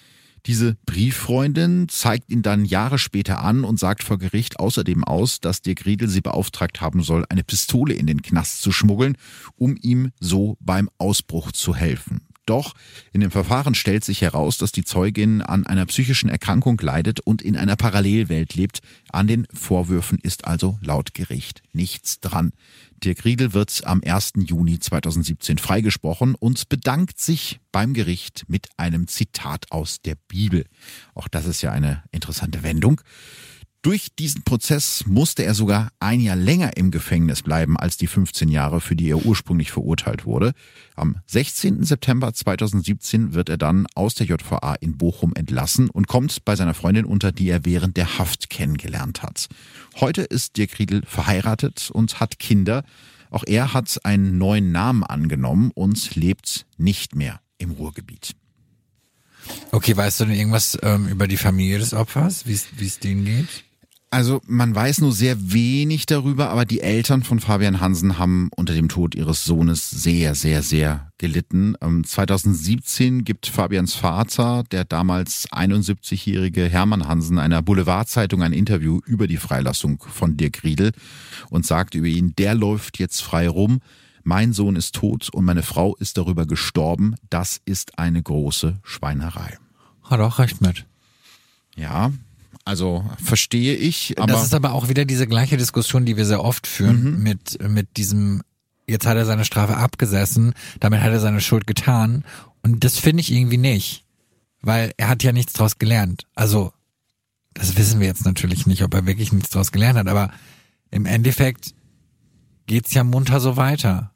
Diese Brieffreundin zeigt ihn dann Jahre später an und sagt vor Gericht außerdem aus, dass Dirk Riedel sie beauftragt haben soll, eine Pistole in den Knast zu schmuggeln, um ihm so beim Ausbruch zu helfen. Doch in dem Verfahren stellt sich heraus, dass die Zeugin an einer psychischen Erkrankung leidet und in einer Parallelwelt lebt. An den Vorwürfen ist also laut Gericht nichts dran. Dirk Riedel wird am 1. Juni 2017 freigesprochen und bedankt sich beim Gericht mit einem Zitat aus der Bibel. Auch das ist ja eine interessante Wendung. Durch diesen Prozess musste er sogar ein Jahr länger im Gefängnis bleiben als die 15 Jahre, für die er ursprünglich verurteilt wurde. Am 16. September 2017 wird er dann aus der JVA in Bochum entlassen und kommt bei seiner Freundin unter, die er während der Haft kennengelernt hat. Heute ist Dirk Riedel verheiratet und hat Kinder. Auch er hat einen neuen Namen angenommen und lebt nicht mehr im Ruhrgebiet. Okay, weißt du denn irgendwas über die Familie des Opfers, wie es denen geht? Also man weiß nur sehr wenig darüber, aber die Eltern von Fabian Hansen haben unter dem Tod ihres Sohnes sehr, sehr, sehr gelitten. 2017 gibt Fabians Vater, der damals 71-jährige Hermann Hansen, einer Boulevardzeitung ein Interview über die Freilassung von Dirk Riedel und sagt über ihn, der läuft jetzt frei rum. Mein Sohn ist tot und meine Frau ist darüber gestorben. Das ist eine große Schweinerei. Hat auch recht mit. Ja, also verstehe ich. Aber das ist aber auch wieder diese gleiche Diskussion, die wir sehr oft führen mit diesem, jetzt hat er seine Strafe abgesessen, damit hat er seine Schuld getan. Und das finde ich irgendwie nicht, weil er hat ja nichts draus gelernt. Also das wissen wir jetzt natürlich nicht, ob er wirklich nichts draus gelernt hat, aber im Endeffekt geht's ja munter so weiter.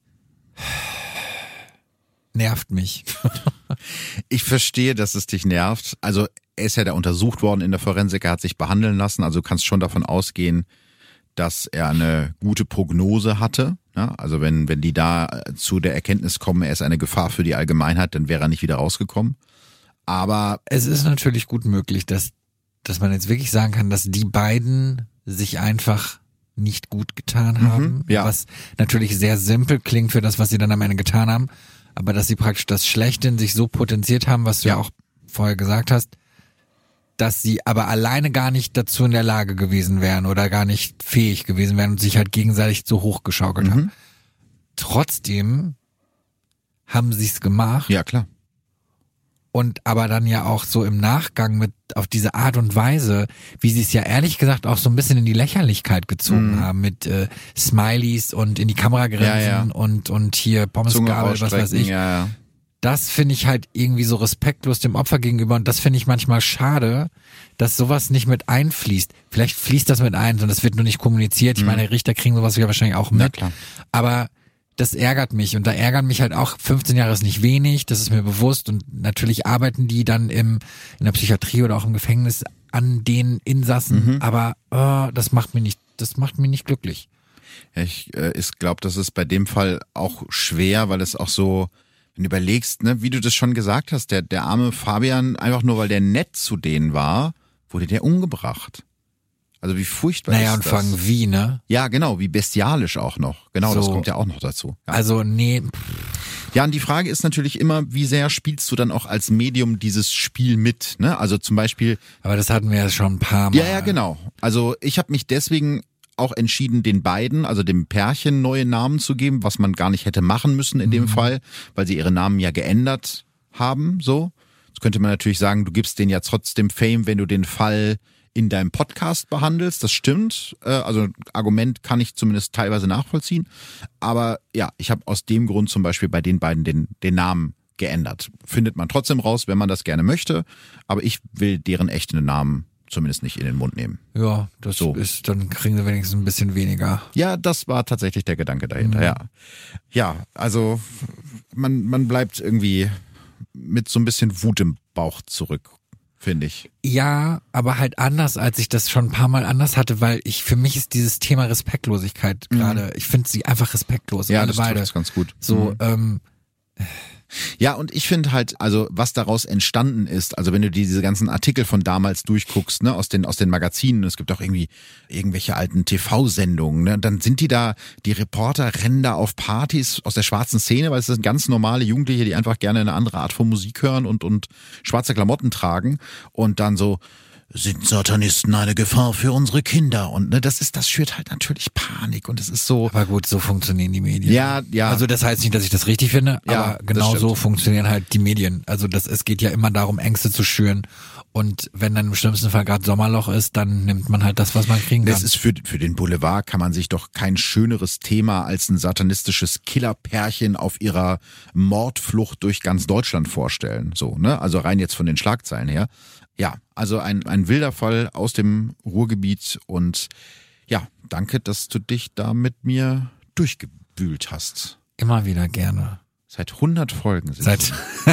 Nervt mich. Ich verstehe, dass es dich nervt. Also er ist ja da untersucht worden in der Forensik, er hat sich behandeln lassen, also du kannst schon davon ausgehen, dass er eine gute Prognose hatte. Ja, also wenn die da zu der Erkenntnis kommen, er ist eine Gefahr für die Allgemeinheit, dann wäre er nicht wieder rausgekommen. Aber es ist natürlich gut möglich, dass man jetzt wirklich sagen kann, dass die beiden sich einfach nicht gut getan haben, ja. Was natürlich sehr simpel klingt für das, was sie dann am Ende getan haben, aber dass sie praktisch das Schlechte in sich so potenziert haben, was du ja auch vorher gesagt hast, dass sie aber alleine gar nicht dazu in der Lage gewesen wären oder gar nicht fähig gewesen wären und sich halt gegenseitig so hochgeschaukelt haben. Trotzdem haben sie es gemacht. Ja, klar. Und aber dann ja auch so im Nachgang mit auf diese Art und Weise, wie sie es ja ehrlich gesagt auch so ein bisschen in die Lächerlichkeit gezogen haben, mit Smileys und in die Kamera grinsen und hier Pommesgabel, was weiß ich. Ja. Das finde ich halt irgendwie so respektlos dem Opfer gegenüber und das finde ich manchmal schade, dass sowas nicht mit einfließt. Vielleicht fließt das mit ein und das wird nur nicht kommuniziert. Ich meine, Richter kriegen sowas ja wahrscheinlich auch mit. Ja, klar. Aber das ärgert mich und da ärgern mich halt auch, 15 Jahre ist nicht wenig, das ist mir bewusst und natürlich arbeiten die dann in der Psychiatrie oder auch im Gefängnis an den Insassen, aber das macht mich nicht glücklich. Ja, ich glaube, das ist bei dem Fall auch schwer, weil es auch so, Wenn du überlegst, ne, wie du das schon gesagt hast, der arme Fabian, einfach nur weil der nett zu denen war, wurde der umgebracht. Also wie furchtbar Naja, ist und das? vor allem wie, ne? Ja, genau, wie bestialisch auch noch. Genau, das So. kommt ja auch noch dazu. Ja. Also, nee, Ja, und die Frage ist natürlich immer, wie sehr spielst du dann auch als Medium dieses Spiel mit? Ne? Also zum Beispiel. aber das hatten wir ja schon ein paar Mal. Ja, genau. Also ich habe mich deswegen auch entschieden, den beiden, also dem Pärchen, neue Namen zu geben, was man gar nicht hätte machen müssen in dem Fall, weil sie ihre Namen ja geändert haben. So. Jetzt könnte man natürlich sagen, du gibst denen ja trotzdem Fame, wenn du den Fall in deinem Podcast behandelst. Das stimmt. Also Argument kann ich zumindest teilweise nachvollziehen. Aber ja, ich habe aus dem Grund zum Beispiel bei den beiden den Namen geändert. Findet man trotzdem raus, wenn man das gerne möchte. Aber ich will deren echten Namen zumindest nicht in den Mund nehmen. Ja, das So. ist, dann kriegen sie wenigstens ein bisschen weniger. Ja, das war tatsächlich der Gedanke dahinter, ja. Ja, also man bleibt irgendwie mit so ein bisschen Wut im Bauch zurück, finde ich. Ja, aber halt anders, als ich das schon ein paar Mal anders hatte, weil für mich ist dieses Thema Respektlosigkeit gerade, ich finde sie einfach respektlos. Ja, alle das beide. trifft's ganz gut. So, Ja, und ich finde halt, also was daraus entstanden ist, also wenn du diese ganzen Artikel von damals durchguckst, ne, aus den Magazinen, es gibt auch irgendwie irgendwelche alten TV-Sendungen, ne, dann sind die Reporter rennen da auf Partys aus der schwarzen Szene, weil es sind ganz normale Jugendliche, die einfach gerne eine andere Art von Musik hören und schwarze Klamotten tragen und dann so, sind Satanisten eine Gefahr für unsere Kinder? Und ne, das schürt halt natürlich Panik und es ist so. aber gut, so funktionieren die Medien. Ja. Also das heißt nicht, dass ich das richtig finde, Ja, aber das genau stimmt. so funktionieren halt die Medien. Also es geht ja immer darum, Ängste zu schüren. Und wenn dann im schlimmsten Fall gerade Sommerloch ist, dann nimmt man halt das, was man kriegen kann. Das ist für den Boulevard kann man sich doch kein schöneres Thema als ein satanistisches Killerpärchen auf ihrer Mordflucht durch ganz Deutschland vorstellen. So, ne? Also rein jetzt von den Schlagzeilen her. Ja, also ein wilder Fall aus dem Ruhrgebiet und ja, danke, dass du dich da mit mir durchgewühlt hast. Immer wieder gerne. Seit 100 Folgen sind Seit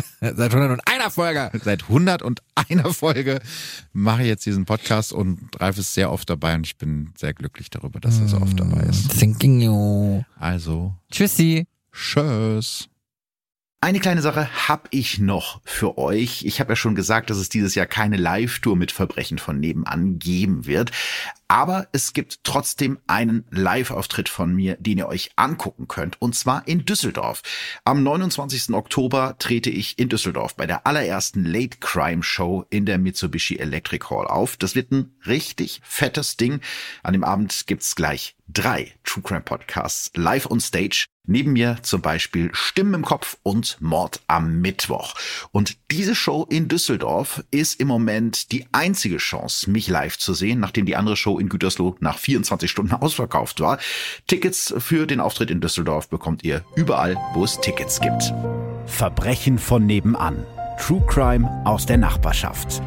101 Folge. Seit 101 Folge mache ich jetzt diesen Podcast und Ralf ist sehr oft dabei und ich bin sehr glücklich darüber, dass er so oft dabei ist. Thinking you. Also, Tschüssi. tschüss. Eine kleine Sache habe ich noch für euch. Ich habe ja schon gesagt, dass es dieses Jahr keine Live-Tour mit Verbrechen von nebenan geben wird. Aber es gibt trotzdem einen Live-Auftritt von mir, den ihr euch angucken könnt. Und zwar in Düsseldorf. Am 29. Oktober trete ich in Düsseldorf bei der allerersten Late Crime Show in der Mitsubishi Electric Hall auf. Das wird ein richtig fettes Ding. An dem Abend gibt's gleich 3 True Crime Podcasts live on stage. Neben mir zum Beispiel Stimmen im Kopf und Mord am Mittwoch. Und diese Show in Düsseldorf ist im Moment die einzige Chance, mich live zu sehen, nachdem die andere Show in Gütersloh nach 24 Stunden ausverkauft war. Tickets für den Auftritt in Düsseldorf bekommt ihr überall, wo es Tickets gibt. Verbrechen von nebenan. True Crime aus der Nachbarschaft.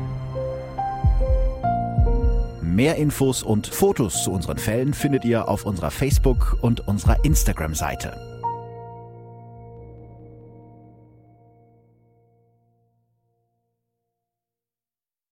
Mehr Infos und Fotos zu unseren Fällen findet ihr auf unserer Facebook- und unserer Instagram-Seite.